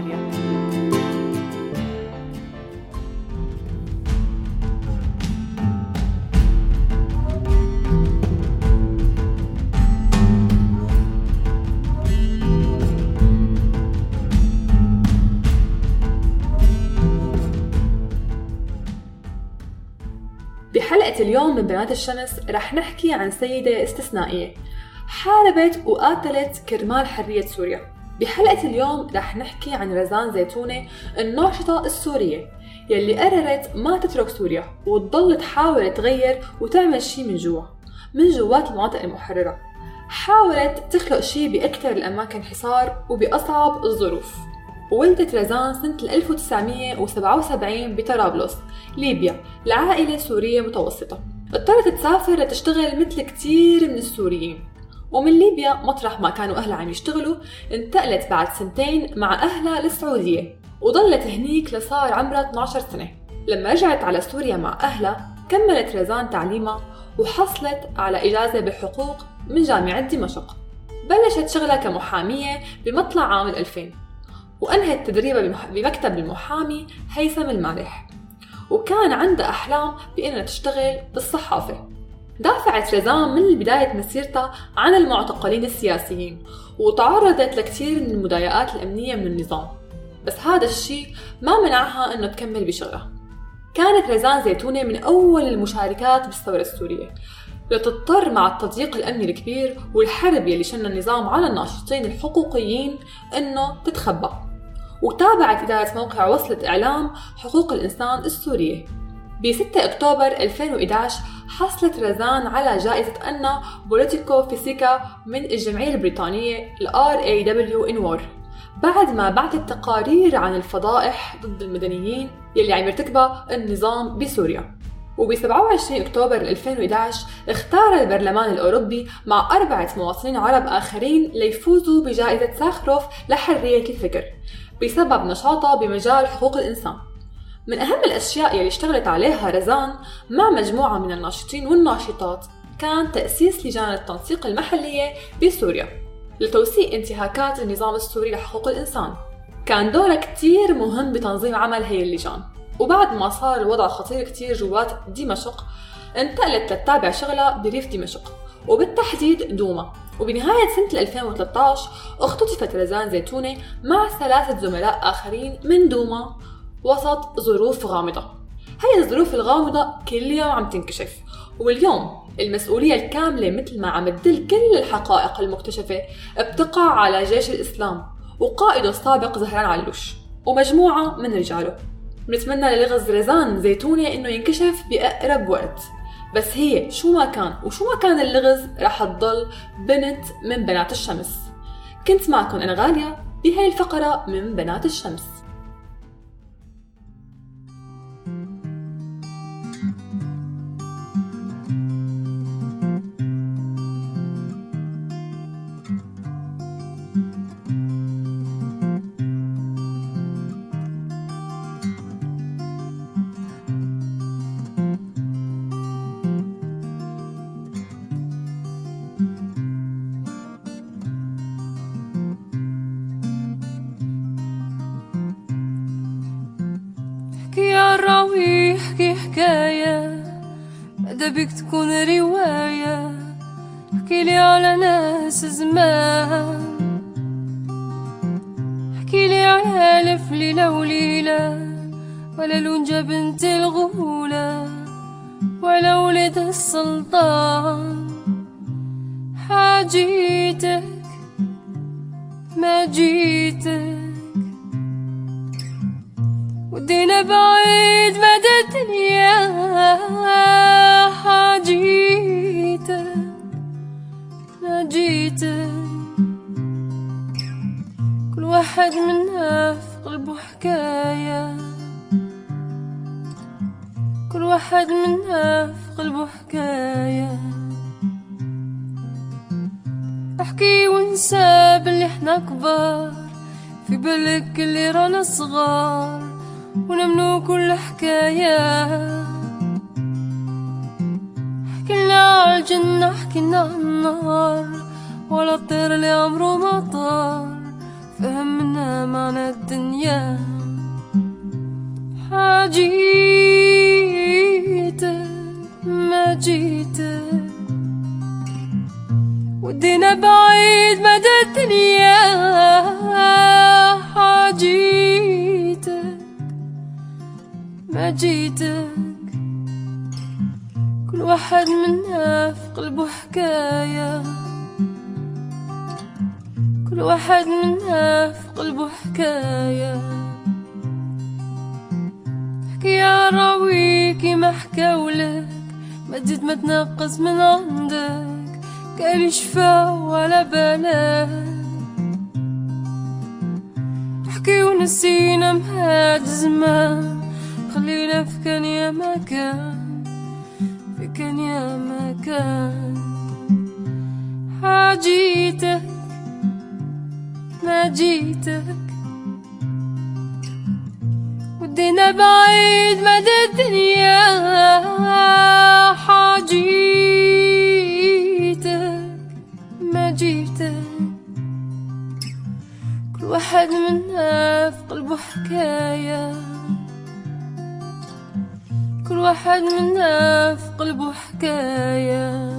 بحلقة اليوم من بنات الشمس رح نحكي عن سيدة استثنائية حاربت وقاتلت كرمال حرية سوريا. بحلقة اليوم رح نحكي عن رزان زيتونة الناشطة السورية يلي قررت ما تترك سوريا وتضل تحاول تغير وتعمل شي من جوات المناطق المحررة. حاولت تخلق شي بأكثر الأماكن حصار وبأصعب الظروف. ولدت رزان سنة 1977 بطرابلس ليبيا لعائلة سورية متوسطة. اضطرت تسافر لتشتغل مثل كتير من السوريين، ومن ليبيا مطرح ما كانوا أهلها عم يشتغلوا انتقلت بعد 2 سنين مع أهلها للسعودية وضلت هنيك لصار عمرها 12 سنة. لما رجعت على سوريا مع أهلها كملت رزان تعليمها وحصلت على إجازة بالحقوق من جامعة دمشق. بلشت شغلها كمحامية بمطلع عام 2000 وأنهت تدريبها بمكتب المحامي هيثم المالح، وكان عندها أحلام بأنها تشتغل بالصحافة. دافعت رزان من بداية مسيرتها عن المعتقلين السياسيين وتعرضت لكثير من المضايقات الأمنية من النظام، بس هذا الشيء ما منعها أنه تكمل بشغلها. كانت رزان زيتونة من أول المشاركات بالثورة السورية، لتضطر مع التضييق الأمني الكبير والحرب يلي شن النظام على الناشطين الحقوقيين أنه تتخبى. وتابعت إدارة موقع وصلة إعلام حقوق الإنسان السورية. ب6 أكتوبر 2011 حصلت رزان على جائزة أنا بوليتيكو فيسيكا من الجمعية البريطانية RAW in War بعد ما بعثت تقارير عن الفضائح ضد المدنيين يلي عم يرتكبها النظام بسوريا. وب27 أكتوبر 2011 اختار البرلمان الأوروبي مع 4 مواطنين عرب آخرين ليفوزوا بجائزة ساخروف لحرية الفكر بسبب نشاطها بمجال حقوق الإنسان. من أهم الأشياء يلي اشتغلت عليها رزان مع مجموعة من الناشطين والناشطات كان تأسيس لجان التنسيق المحلية بسوريا لتوثيق انتهاكات النظام السوري لحقوق الإنسان. كان دورها كتير مهم بتنظيم عمل هي اللجان. وبعد ما صار الوضع خطير كتير جوات دمشق انتقلت لتتابع شغلها بريف دمشق وبالتحديد دوما. وبنهاية سنة 2013 اختطفت رزان زيتونة مع 3 زملاء آخرين من دوما وسط ظروف غامضة. هاي الظروف الغامضة كل يوم عم تنكشف، واليوم المسؤولية الكاملة مثل ما عم تدل كل الحقائق المكتشفة بتقع على جيش الإسلام وقائده السابق زهران علوش ومجموعة من رجاله. بنتمنى للغز رزان زيتونة إنه ينكشف بأقرب وقت، بس هي شو ما كان اللغز رح تضل بنت من بنات الشمس. كنت معكم أنا غالية بهاي الفقرة من بنات الشمس. إذا بيك تكون رواية احكيلي على ناس زمان، احكيلي على ألف ليلة وليلة، ولا لونجا بنت الغولة، ولا ولد السلطان. حاجيتك ما جيتك ودينا بعيد مدى الدنيا. حاجيتك ما جيتك كل واحد منا في قلبه حكاية، كل واحد منا في قلبه حكاية. احكي ونسى باللي احنا كبار، في بالك اللي رانا صغار ونمنو كل حكاية. حكينا على الجنة حكينا على النار، ولا الطير اللي عمره ما طار فهمنا معنى الدنيا. حاجيتك ما جيتك ودينا بعيد مدى الدنيا. حاجيتك ما جيتك كل واحد منا في قلبه حكاية، كل واحد منا في قلبه حكاية. احكي يا راويكي ما حكاولك، ما تزيد ما تنقص من عندك، قال شفا ولا بالك. احكي ونسينا مهاد زمان، خلينا في كان يا ما كان، في كان يا ما كان. حاجيتك ما جيتك ودينا بعيد مدى الدنيا. حاجيتك ما جيتك كل واحد منا في قلبه حكاية، كل واحد منا في قلبه حكاية.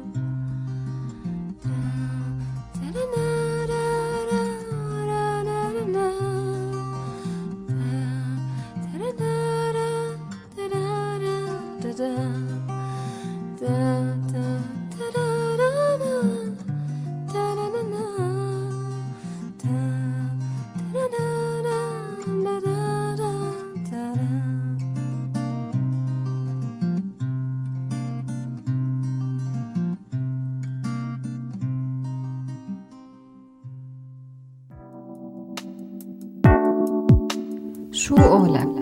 شو قولك؟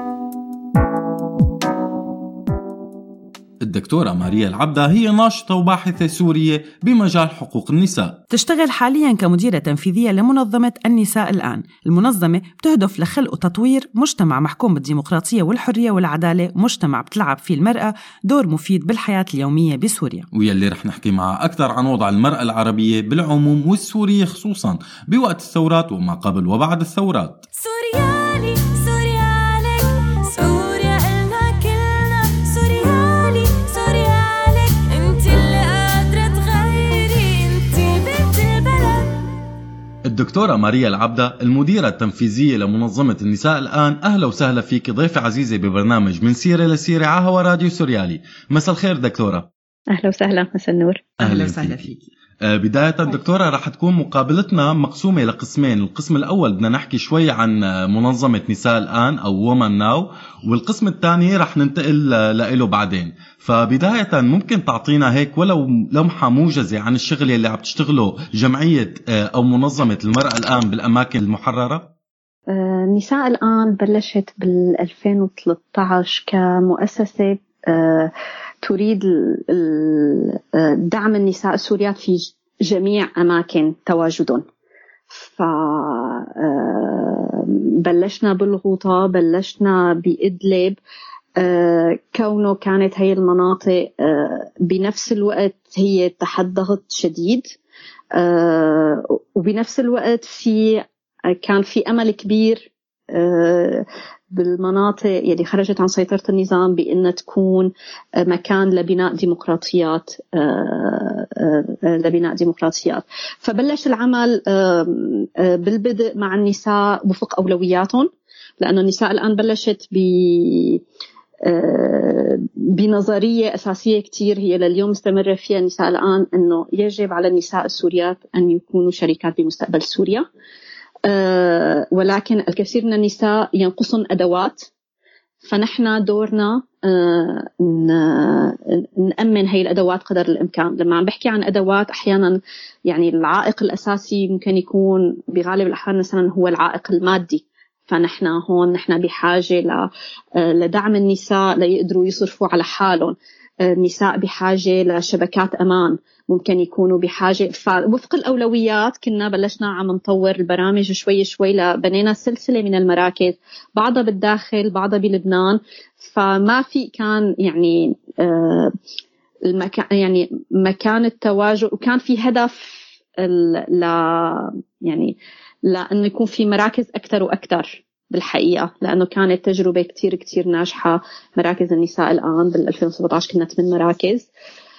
الدكتورة ماريا العبدة هي ناشطة وباحثة سورية بمجال حقوق النساء. تشتغل حالياً كمديرة تنفيذية لمنظمة النساء الآن. المنظمة بتهدف لخلق وتطوير مجتمع محكوم بالديمقراطية والحرية والعدالة، مجتمع بتلعب فيه المرأة دور مفيد بالحياة اليومية بسوريا. ويلي رح نحكي معها أكثر عن وضع المرأة العربية بالعموم والسورية خصوصاً بوقت الثورات وما قبل وبعد الثورات. سوريالي سوريالك سوريا إلنا كلنا، سوريالي سوريالك انت اللي قادرة تغيري، انت بنت البلد. الدكتورة ماريا العبدة المديرة التنفيذية لمنظمة النساء الآن، أهلا وسهلا فيك ضيفة عزيزة ببرنامج من سيرة لسيرة على هوا راديو سوريالي. مساء الخير دكتورة. أهلا وسهلا. مساء النور. أهلا وسهلا فيك. بداية دكتورة رح تكون مقابلتنا مقسومة لقسمين. القسم الأول بدنا نحكي شوي عن منظمة نساء الآن أو Women Now، والقسم الثاني رح ننتقل له بعدين. فبداية ممكن تعطينا هيك ولو لمحة موجزة عن الشغل اللي عم تشتغله جمعية أو منظمة المرأة الآن بالأماكن المحررة؟ نساء الآن بلشت بال2013 كمؤسسة تريد دعم النساء السوريات في جميع أماكن تواجدهم. فبلشنا بالغوطة، بلشنا بإدلب، كونه كانت هي المناطق بنفس الوقت هي تحت ضغط شديد، وبنفس الوقت كان في أمل كبير بالمناطق يلي خرجت عن سيطرة النظام بأن تكون مكان لبناء ديمقراطيات. فبلش العمل بالبدء مع النساء وفق أولوياتهم، لأنه النساء الآن بلشت بنظرية أساسية كتير هي لليوم مستمرة فيها النساء الآن، أنه يجب على النساء السوريات أن يكونوا شريكات بمستقبل سوريا. ولكن الكثير من النساء ينقصن أدوات، فنحن دورنا نأمن هاي الأدوات قدر الإمكان. لما عم بحكي عن أدوات أحيانا يعني العائق الأساسي ممكن يكون بغالب الأحيان مثلا هو العائق المادي، فنحن هون نحن بحاجة لدعم النساء ليقدروا يصرفوا على حالهم. النساء بحاجة لشبكات أمان، ممكن يكونوا بحاجة. فوفق الأولويات كنا بلشنا عم نطور البرامج شوي شوي، لبنينا سلسلة من المراكز، بعضها بالداخل بعضها بلبنان. فما في كان يعني المكان يعني مكان التواجد، وكان في هدف يعني لأنه يكون في مراكز أكثر وأكثر بالحقيقة، لأنه كانت تجربة كتير ناجحة. مراكز النساء الآن بال2017 كنا 8 مراكز.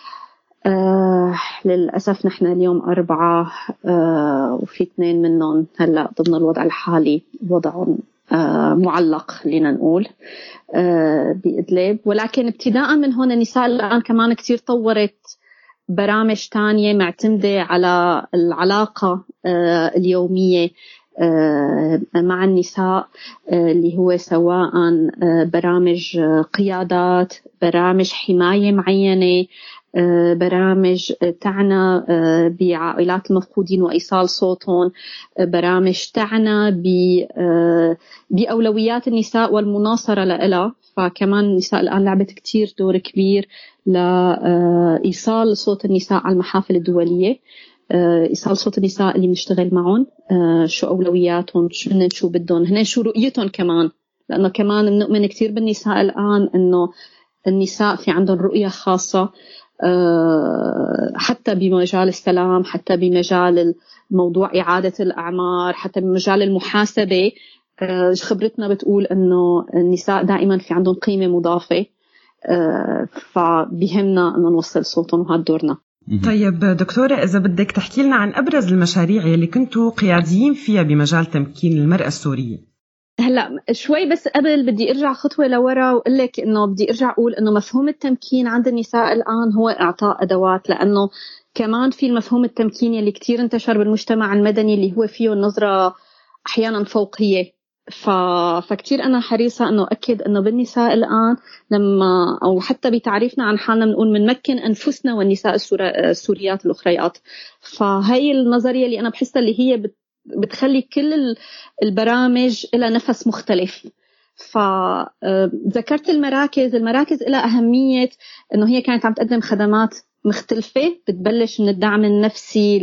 للأسف نحن اليوم 4 وفي 2 منهم هلأ ضمن الوضع الحالي وضعهم معلق خلينا نقول بإدلب. ولكن ابتداء من هون النساء الآن كمان كتير طورت برامج تانية معتمدة على العلاقة اليومية مع النساء، اللي هو سواء برامج قيادات، برامج حماية معينة، برامج تعنى بعائلات المفقودين وإيصال صوتهم، برامج تعنى بأولويات النساء والمناصرة لها. فكمان النساء الآن لعبت كتير دور كبير لإيصال صوت النساء على المحافل الدولية، إيصال صوت النساء اللي بنشتغل معهم، شو أولوياتهم، شو بدهم هن، شو رؤيتهم كمان. لأنه كمان بنؤمن كتير بالنساء الآن إنه النساء في عندهم رؤية خاصة، حتى بمجال السلام، حتى بمجال موضوع إعادة الأعمار، حتى بمجال المحاسبة. خبرتنا بتقول إنه النساء دائما في عندهم قيمة مضافة، فبيهمنا إنه نوصل صوتهم، وهذا دورنا. طيب دكتورة، إذا بدك تحكي لنا عن أبرز المشاريع اللي كنتوا قياديين فيها بمجال تمكين المرأة السورية. هلا شوي بس قبل بدي ارجع خطوه لورا واقول لك انه بدي ارجع اقول انه مفهوم التمكين عند النساء الان هو اعطاء ادوات، لانه كمان في المفهوم التمكيني اللي كتير انتشر بالمجتمع المدني اللي هو فيه نظره احيانا فوقيه. فكتير انا حريصه انه اكد انه بالنساء الان لما او حتى بتعريفنا عن حالنا بنقول منمكن انفسنا والنساء السوريات الاخريات. فهي النظريه اللي انا بحسها اللي هي بتخلي كل البرامج لها نفس مختلف. فذكرت المراكز لها أهمية أنه هي كانت عم تقدم خدمات مختلفة، بتبلش من الدعم النفسي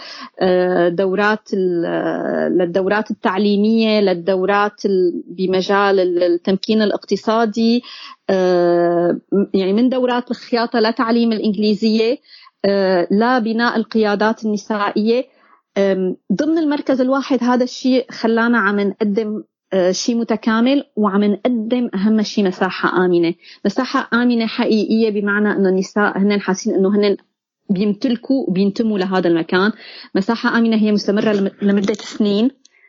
للدورات التعليمية، للدورات بمجال التمكين الاقتصادي، يعني من دورات الخياطة لتعليم الإنجليزية، لا بناء القيادات النسائية ضمن المركز الواحد. هذا الشيء خلانا عم نقدم شيء متكامل، وعم نقدم أهم شيء مساحة آمنة حقيقية، بمعنى أنه النساء هن حاسين أنه هن بيمتلكوا وبينتموا لهذا المكان. مساحة آمنة هي مستمرة لمدة سنين،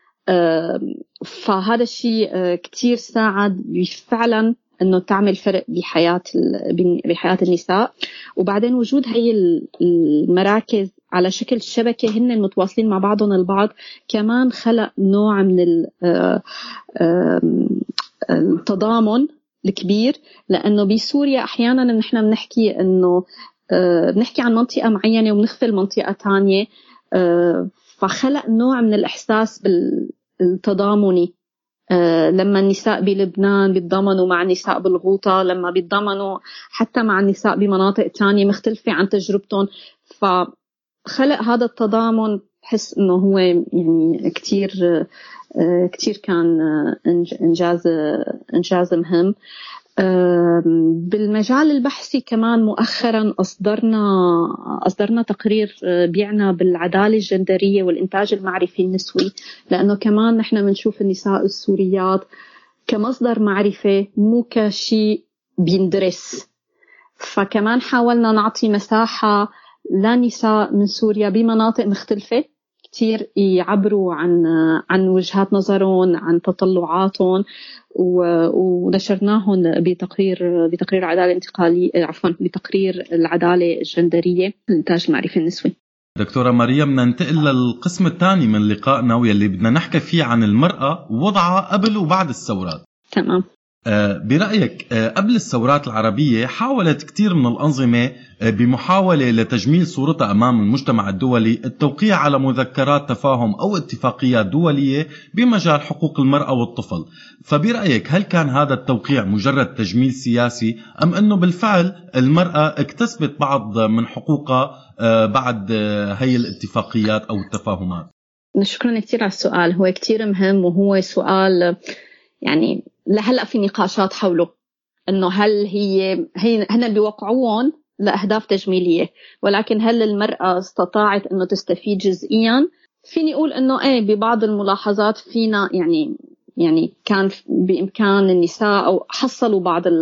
فهذا الشيء كتير ساعد فعلا أنه تعمل فرق بحياة النساء. وبعدين وجود هي المراكز على شكل شبكة هن المتواصلين مع بعضهم البعض كمان خلق نوع من التضامن الكبير. لأنه بسوريا أحيانا نحن بنحكي أنه بنحكي عن منطقة معينة وبنخفي المنطقة تانية، فخلق نوع من الإحساس بالتضامني. لما النساء بلبنان بيتضامنوا مع النساء بالغوطة، لما بيتضامنوا حتى مع النساء بمناطق تانية مختلفة عن تجربتهم، فخلق هذا التضامن. بحس إنه هو يعني كتير كان إنجاز مهم. بالمجال البحثي كمان مؤخرا أصدرنا تقرير بيعنى بالعدالة الجندرية والإنتاج المعرفي النسوي، لأنه كمان نحن بنشوف النساء السوريات كمصدر معرفة مو كشيء بيندرس. فكمان حاولنا نعطي مساحة لنساء من سوريا بمناطق مختلفة كتير يعبروا عن وجهات نظرهم، عن تطلعاتهم، ونشرناهم بتقرير العدالة الانتقالية، بتقرير العدالة الجندرية الإنتاج المعرفي النسوي. دكتورة مريم، بدنا ننتقل للقسم الثاني من لقائنا واللي بدنا نحكي فيه عن المرأة ووضعها قبل وبعد الثورات. تمام. برأيك قبل الثورات العربية حاولت كتير من الأنظمة بمحاولة لتجميل صورتها أمام المجتمع الدولي التوقيع على مذكرات تفاهم أو اتفاقيات دولية بمجال حقوق المرأة والطفل. فبرأيك هل كان هذا التوقيع مجرد تجميل سياسي أم أنه بالفعل المرأة اكتسبت بعض من حقوقها بعد هاي الاتفاقيات أو التفاهمات؟ شكرا كتير على السؤال، هو كتير مهم، وهو سؤال يعني لهلأ في نقاشات حوله، إنه هل هن بيوقعوهم لأهداف تجميلية، ولكن هل المرأة استطاعت إنه تستفيد جزئيا؟ فيني أقول إنه ببعض الملاحظات فينا يعني كان بإمكان النساء أو حصلوا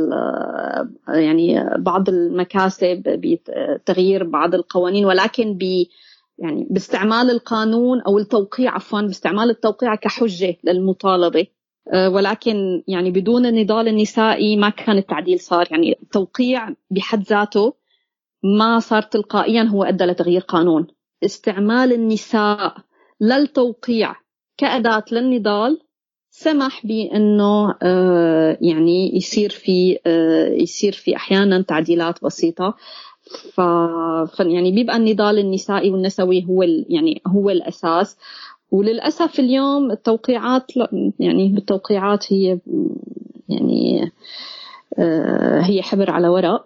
بعض المكاسب بتغيير بعض القوانين، ولكن يعني باستعمال القانون أو التوقيع، باستعمال التوقيع كحجة للمطالبة، ولكن يعني بدون النضال النسائي ما كان التعديل صار. يعني التوقيع بحد ذاته ما صار تلقائيا هو أدى لتغيير قانون. استعمال النساء للتوقيع كأداة للنضال سمح بأنه يعني يصير في أحيانا تعديلات بسيطة. يعني بيبقى النضال النسائي والنسوي هو الأساس. وللأسف اليوم التوقيعات بالتوقيعات هي حبر على ورق،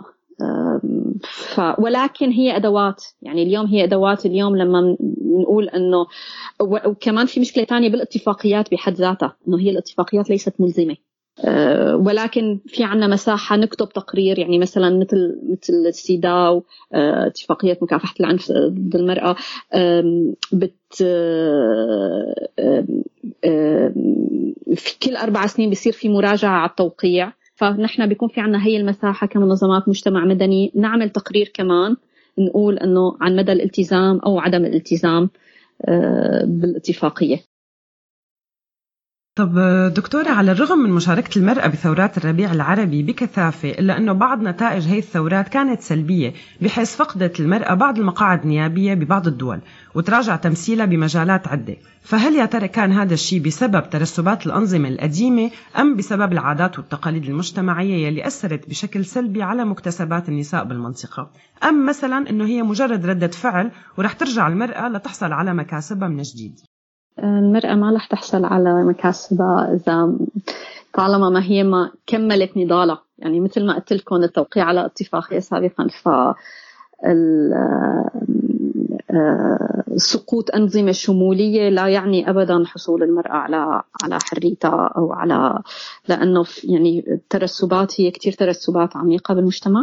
ولكن هي أدوات. يعني اليوم لما نقول أنه، وكمان في مشكلة تانية بالاتفاقيات بحد ذاتها، أنه هي الاتفاقيات ليست ملزمة، ولكن في عنا مساحة نكتب تقرير. يعني مثلا مثل السيداو، اتفاقية مكافحة العنف ضد المرأة، في كل 4 سنين بيصير في مراجعة على التوقيع. فنحن بيكون في عنا هي المساحة كمنظمات مجتمع مدني نعمل تقرير كمان نقول أنه عن مدى الالتزام أو عدم الالتزام بالاتفاقية. طب دكتورة، على الرغم من مشاركة المرأة بثورات الربيع العربي بكثافة، إلا أنه بعض نتائج هذه الثورات كانت سلبية، بحيث فقدت المرأة بعض المقاعد النيابية ببعض الدول وتراجع تمثيلها بمجالات عدة. فهل يا ترى كان هذا الشيء بسبب ترسبات الأنظمة القديمة أم بسبب العادات والتقاليد المجتمعية يلي أثرت بشكل سلبي على مكتسبات النساء بالمنطقة، أم مثلا أنه هي مجرد ردة فعل ورح ترجع المرأة لتحصل على مكاسبها من جديد؟ المرأة ما رح تحصل على مكاسبها إذا طالما ما هي ما كملت نضالها. يعني مثل ما قلت لكم التوقيع على اتفاقية سابقا، سقوط أنظمة شمولية لا يعني أبدا حصول المرأة على حريتها أو لأنه يعني الترسبات هي كتير ترسبات عميقة بالمجتمع.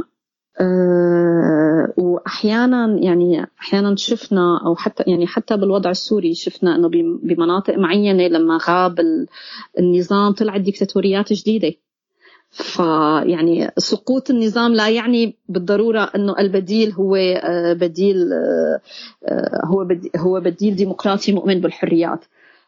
وأحيانا شفنا، أو حتى بالوضع السوري شفنا أنه بمناطق معينة لما غاب النظام طلعت ديكتاتوريات جديدة. فيعني سقوط النظام لا يعني بالضرورة أنه البديل هو بديل ديمقراطي مؤمن بالحريات.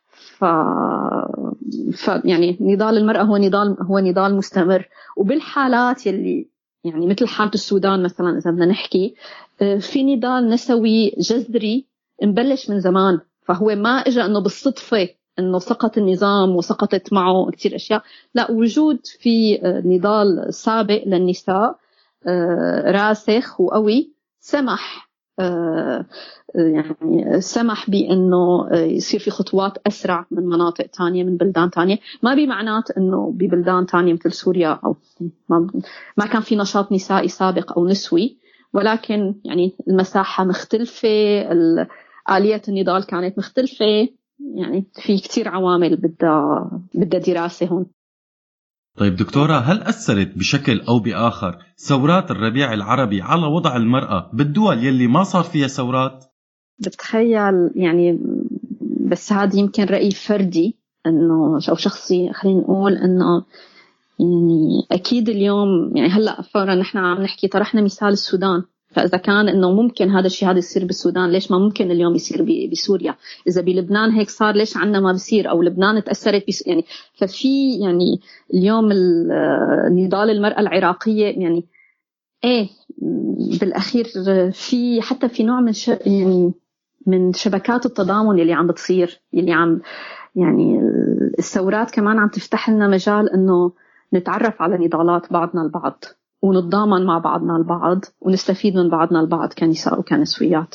يعني نضال المرأة هو نضال مستمر. وبالحالات يلي يعني مثل حالة السودان مثلا، إذا بدنا نحكي في نضال نسوي جذري مبلش من زمان. فهو ما إجا أنه بالصدفة أنه سقط النظام وسقطت معه كتير أشياء، لا، وجود في نضال سابق للنساء راسخ وقوي سمح بأنه يصير في خطوات أسرع من مناطق تانية، من بلدان تانية. ما بمعنات أنه ببلدان تانية مثل سوريا أو ما كان في نشاط نسائي سابق أو نسوي، ولكن يعني المساحة مختلفة، آلية النضال كانت مختلفة. يعني في كتير عوامل بدها دراسة هون. طيب دكتورة، هل أثرت بشكل أو بآخر ثورات الربيع العربي على وضع المرأة بالدول يلي ما صار فيها ثورات؟ بتخيل يعني، بس هذا يمكن رأي فردي إنه أو شخصي، خلينا نقول إنه يعني أكيد اليوم يعني هلأ فورا نحن عم نحكي طرحنا مثال السودان، فإذا كان إنه ممكن هذا الشيء هذا يصير بالسودان، ليش ما ممكن اليوم يصير بسوريا؟ إذا بلبنان هيك صار، ليش عنا ما بصير؟ أو لبنان تأثرت يعني ففي يعني اليوم نضال المرأة العراقية يعني إيه بالأخير في حتى في نوع من يعني من شبكات التضامن اللي عم بتصير، اللي عم يعني الثورات كمان عم تفتح لنا مجال إنه نتعرف على نضالات بعضنا البعض ونتضامن مع بعضنا البعض ونستفيد من بعضنا البعض كنساء وكنسويات.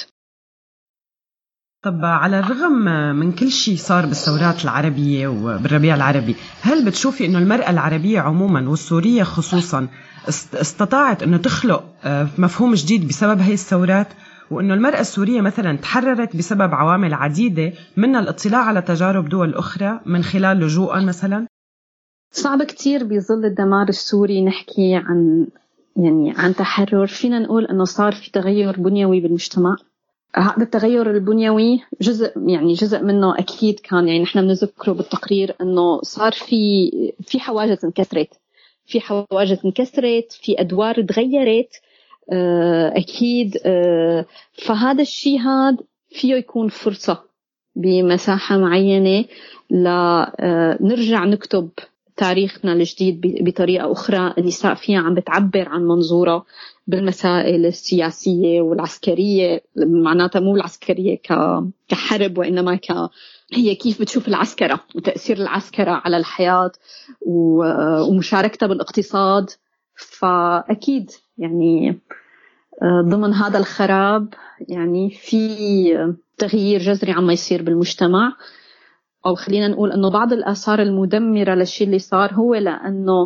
طب على الرغم من كل شيء صار بالثورات العربية وبالربيع العربي، هل بتشوفي إنه المرأة العربية عموما والسورية خصوصا استطاعت إنه تخلق مفهوم جديد بسبب هاي الثورات، وإنه المرأة السورية مثلا تحررت بسبب عوامل عديدة منها الاطلاع على تجارب دول أخرى من خلال لجوءا مثلا؟ صعب كتير بظل الدمار السوري نحكي عن تحرر. فينا نقول إنه صار في تغير بنيوي بالمجتمع. هذا التغير البنيوي جزء منه أكيد كان يعني نحن بنذكره بالتقرير إنه صار في حواجز انكسرت، في أدوار تغيرت أكيد. فهذا الشيء هذا فيه يكون فرصة بمساحة معينة لنرجع نكتب تاريخنا الجديد بطريقة أخرى. النساء فيها عم بتعبر عن منظورها بالمسائل السياسية والعسكرية، معناتها مو العسكرية كحرب، وإنما هي كيف بتشوف العسكرة وتأثير العسكرة على الحياة ومشاركتها بالاقتصاد. فأكيد يعني ضمن هذا الخراب يعني في تغيير جذري عم يصير بالمجتمع، أو خلينا نقول أنه بعض الآثار المدمرة للشيء اللي صار هو لأنه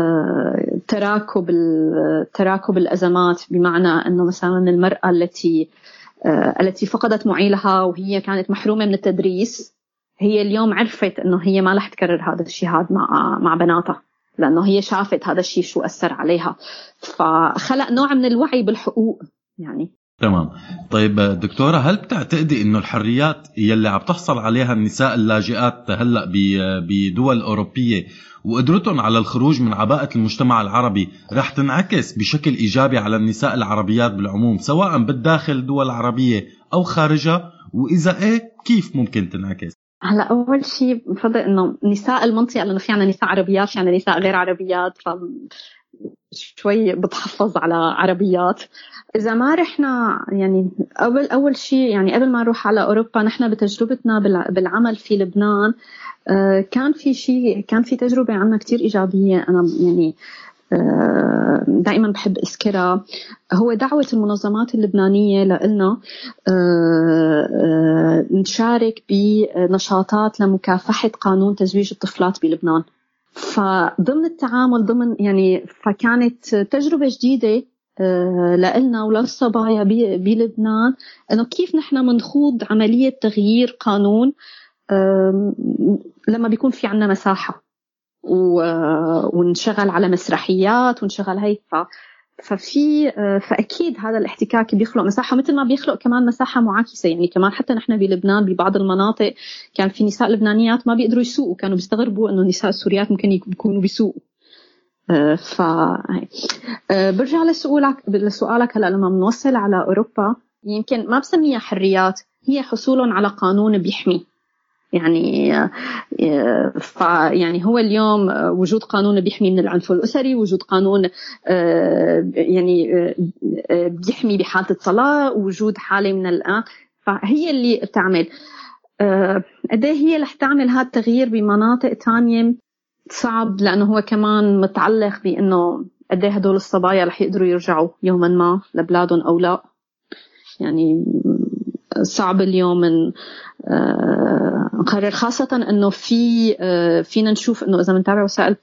تراكب الأزمات، بمعنى أنه مثلا المرأة التي فقدت معيلها وهي كانت محرومة من التدريس، هي اليوم عرفت أنه هي ما رح تكرر هذا الشيء هذا مع بناتها، لأنه هي شافت هذا الشيء شو أثر عليها، فخلق نوع من الوعي بالحقوق يعني. تمام. طيب دكتورة، هل بتعتقدي إنه الحريات يلي عم تحصل عليها النساء اللاجئات هلأ بدول أوروبية وقدرتهم على الخروج من عباءة المجتمع العربي رح تنعكس بشكل إيجابي على النساء العربيات بالعموم، سواء بالداخل الدول العربية أو خارجها؟ وإذا إيه كيف ممكن تنعكس؟ هلا أول شيء بفضل إنه نساء المنطقة، لأنه في عنا نساء عربيات في عنا نساء غير عربيات، شوي بتحفظ على عربيات. إذا ما رحنا يعني أول شيء يعني قبل ما نروح على أوروبا، نحن بتجربتنا بالعمل في لبنان كان في تجربة عنا كتير إيجابية. أنا يعني دائما بحب أذكرها، هو دعوة المنظمات اللبنانية لنا نشارك بنشاطات لمكافحة قانون تزويج الطفلات بلبنان. فضمن التعامل يعني فكانت تجربة جديدة لنا وللصبايا بلبنان، إنه كيف نحن منخوض عملية تغيير قانون لما بيكون في عنا مساحة ونشغل على مسرحيات ونشغل هيك. فأكيد هذا الاحتكاك بيخلق مساحة، مثل ما بيخلق كمان مساحة معاكسة. يعني كمان حتى نحن بلبنان ببعض المناطق كان في نساء لبنانيات ما بيقدروا يسوقوا، كانوا بيستغربوا إنه النساء السوريات ممكن يكونوا بيسوقوا. برجع لسؤالك هلا، لما بنوصل على أوروبا يمكن ما بسميها حريات، هي حصول على قانون بيحمي. يعني هو اليوم وجود قانون بيحمي من العنف الأسري، وجود قانون يعني بيحمي بحالة الطلاق، وجود حالة من الآن، فهي اللي بتعمل قد هي رح تعمل هذا التغيير بمناطق تانية صعب، لأنه هو كمان متعلق بأنه قد هدول الصبايا رح يقدروا يرجعوا يوما ما لبلادهم أو لا. يعني صعب اليوم نقرر، خاصة أنه فينا نشوف أنه إذا منتابع وسائل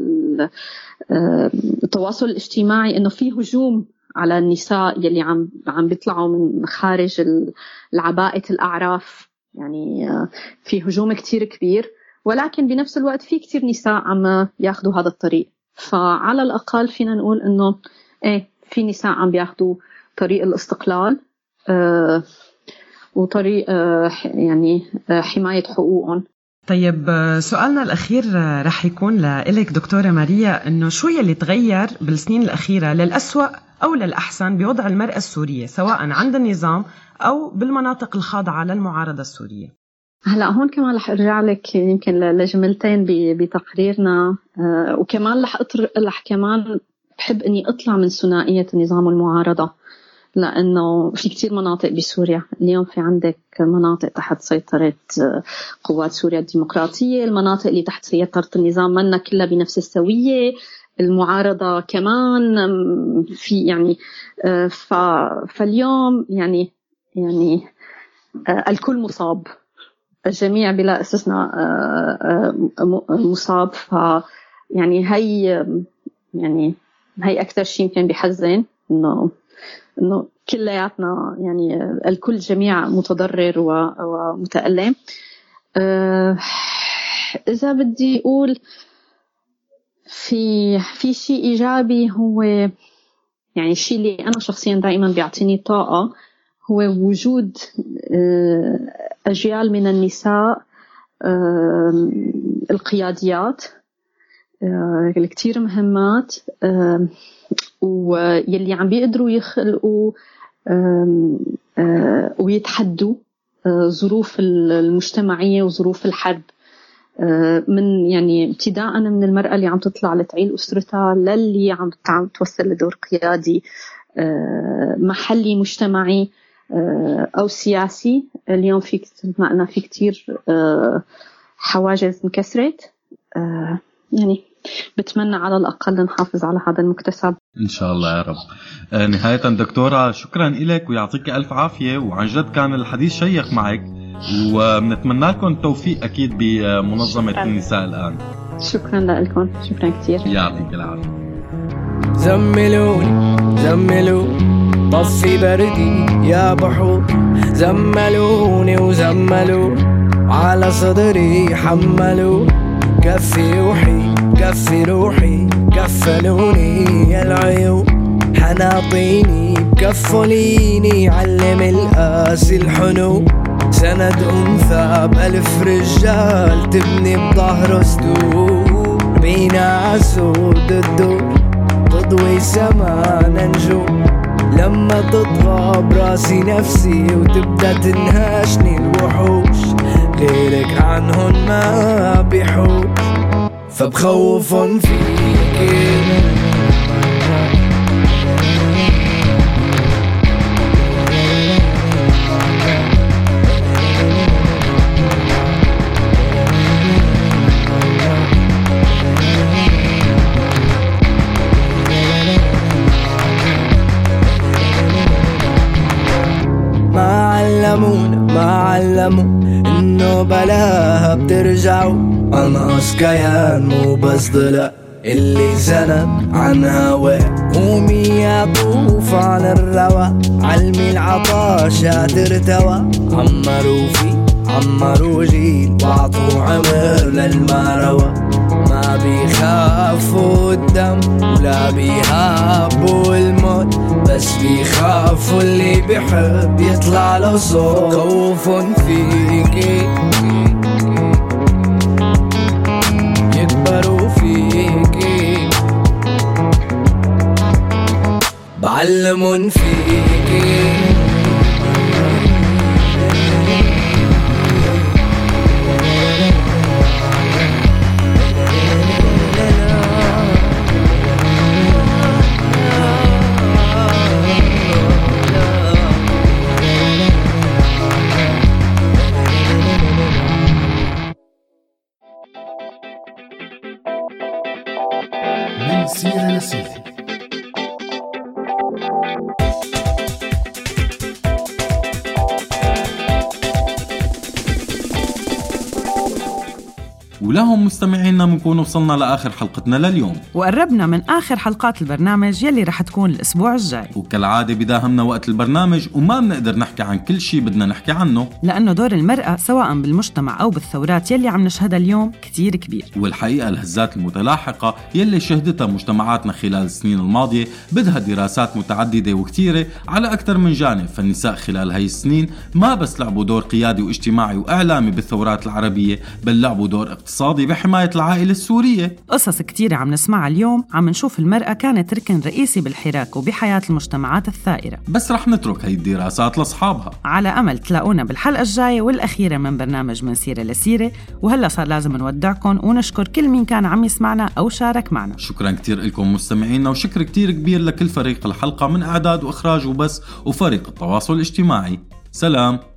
التواصل الاجتماعي أنه في هجوم على النساء يلي عم بيطلعوا من خارج العباءة الأعراف. يعني في هجوم كتير كبير، ولكن بنفس الوقت في كتير نساء عم ياخدوا هذا الطريق. فعلى الأقل فينا نقول إنه في نساء عم بياخدوا طريق الاستقلال وطريق يعني حماية حقوقهم. طيب سؤالنا الأخير رح يكون لإلك دكتورة ماريا، إنه شو يلي تغير بالسنين الأخيرة للأسوأ أو للأحسن بوضع المرأة السورية سواء عند النظام أو بالمناطق الخاضعة للمعارضة السورية؟ هلأ هون كمان رح أرجع لك يمكن لجملتين بتقريرنا، وكمان رح كمان بحب إني أطلع من ثنائية النظام والمعارضة، لأنه في كتير مناطق بسوريا اليوم. في عندك مناطق تحت سيطرة قوات سوريا الديمقراطية، المناطق اللي تحت سيطرة النظام منا كلها بنفس السوية، المعارضة كمان في يعني فاليوم يعني الكل مصاب، الجميع بلا استثناء مصاب. يعني هي أكثر شيء يمكن بيحزن، إنه كلياتنا يعني الكل جميع متضرر ومتألم. إذا بدي أقول في شيء إيجابي، هو يعني الشيء اللي أنا شخصيا دائما بيعطيني طاقة، هو وجود أجيال من النساء القياديات اللي كتير مهمات، ويلي عم بيقدروا يخلقوا ويتحدوا ظروف المجتمعية وظروف الحرب، من يعني ابتداء من المرأة اللي عم تطلع لتعيل أسرتها للي عم توصل لدور قيادي محلي مجتمعي أو سياسي. اليوم في كتير حواجز انكسرت، يعني بتمنى على الأقل نحافظ على هذا المكتسب إن شاء الله يا رب. نهاية دكتورة شكرا إليك ويعطيك ألف عافية، وعن جد كان الحديث شيق معك، وبنتمنى لكم التوفيق أكيد بمنظمة النساء الآن. شكرا لكم، شكرا كتير، يعطيك العافية. زملوني طفي بردي يا بحور، زملوني وزملوا على صدري حملوا، كفي روحي كفلوني العيون، حناطيني كفليني علم القاسي الحنو، سند أنثى بألف رجال تبني بظهر سدود، بينا أسود الدور تضوي سما نجوم، لما تطغى براسي نفسي وتبدأ تنهاشني الوحوش، غيرك عنهن ما بيحوش، فبخوفن فيكي ما علموا إنه بلاها بترجعوا، أنقص كيان مو بس ضلع اللي زند عن هواه، قومي يطوف على الروا، علمي العطاشة ترتوى، عمروا جيل وعطوا عمر للمروى، ما بيخافوا الدم ولا بيهابوا الموت، بس بيخافوا اللي بيحب يطلع له صوت، خوف فيكي يكبروا فيكي، بعلمون فيكي، من سيرة لسيرة. ولهم مستمعينا بنكون وصلنا لآخر حلقتنا لليوم، وقربنا من آخر حلقات البرنامج يلي رح تكون الأسبوع الجاي. وكالعادة بداهمنا وقت البرنامج وما بنقدر نحكي عن كل شيء بدنا نحكي عنه، لأنه دور المرأة سواء بالمجتمع أو بالثورات يلي عم نشهدها اليوم كتير كبير. والحقيقة الهزات المتلاحقة يلي شهدتها مجتمعاتنا خلال السنين الماضية بدها دراسات متعددة وكتيرة على أكثر من جانب. فالنساء خلال هاي السنين ما بس لعبوا دور قيادي واجتماعي وإعلامي بالثورات العربية، بل لعبوا دور اقتصادي بحماية العائلة السورية. قصص كتيرة عم نسمعها اليوم، عم نشوف المرأة كانت ركن رئيسي بالحراك وبحياة المجتمعات الثائرة. بس رح نترك هاي الدراسات لأصحابها، على أمل تلاقونا بالحلقة الجاية والأخيرة من برنامج من سيرة لسيرة. وهلأ صار لازم نودعكم ونشكر كل مين كان عم يسمعنا أو شارك معنا. شكرا كتير لكم مستمعينا، وشكر كتير كبير لكل فريق الحلقة من إعداد وإخراج وبس وفريق التواصل الاجتماعي. سلام.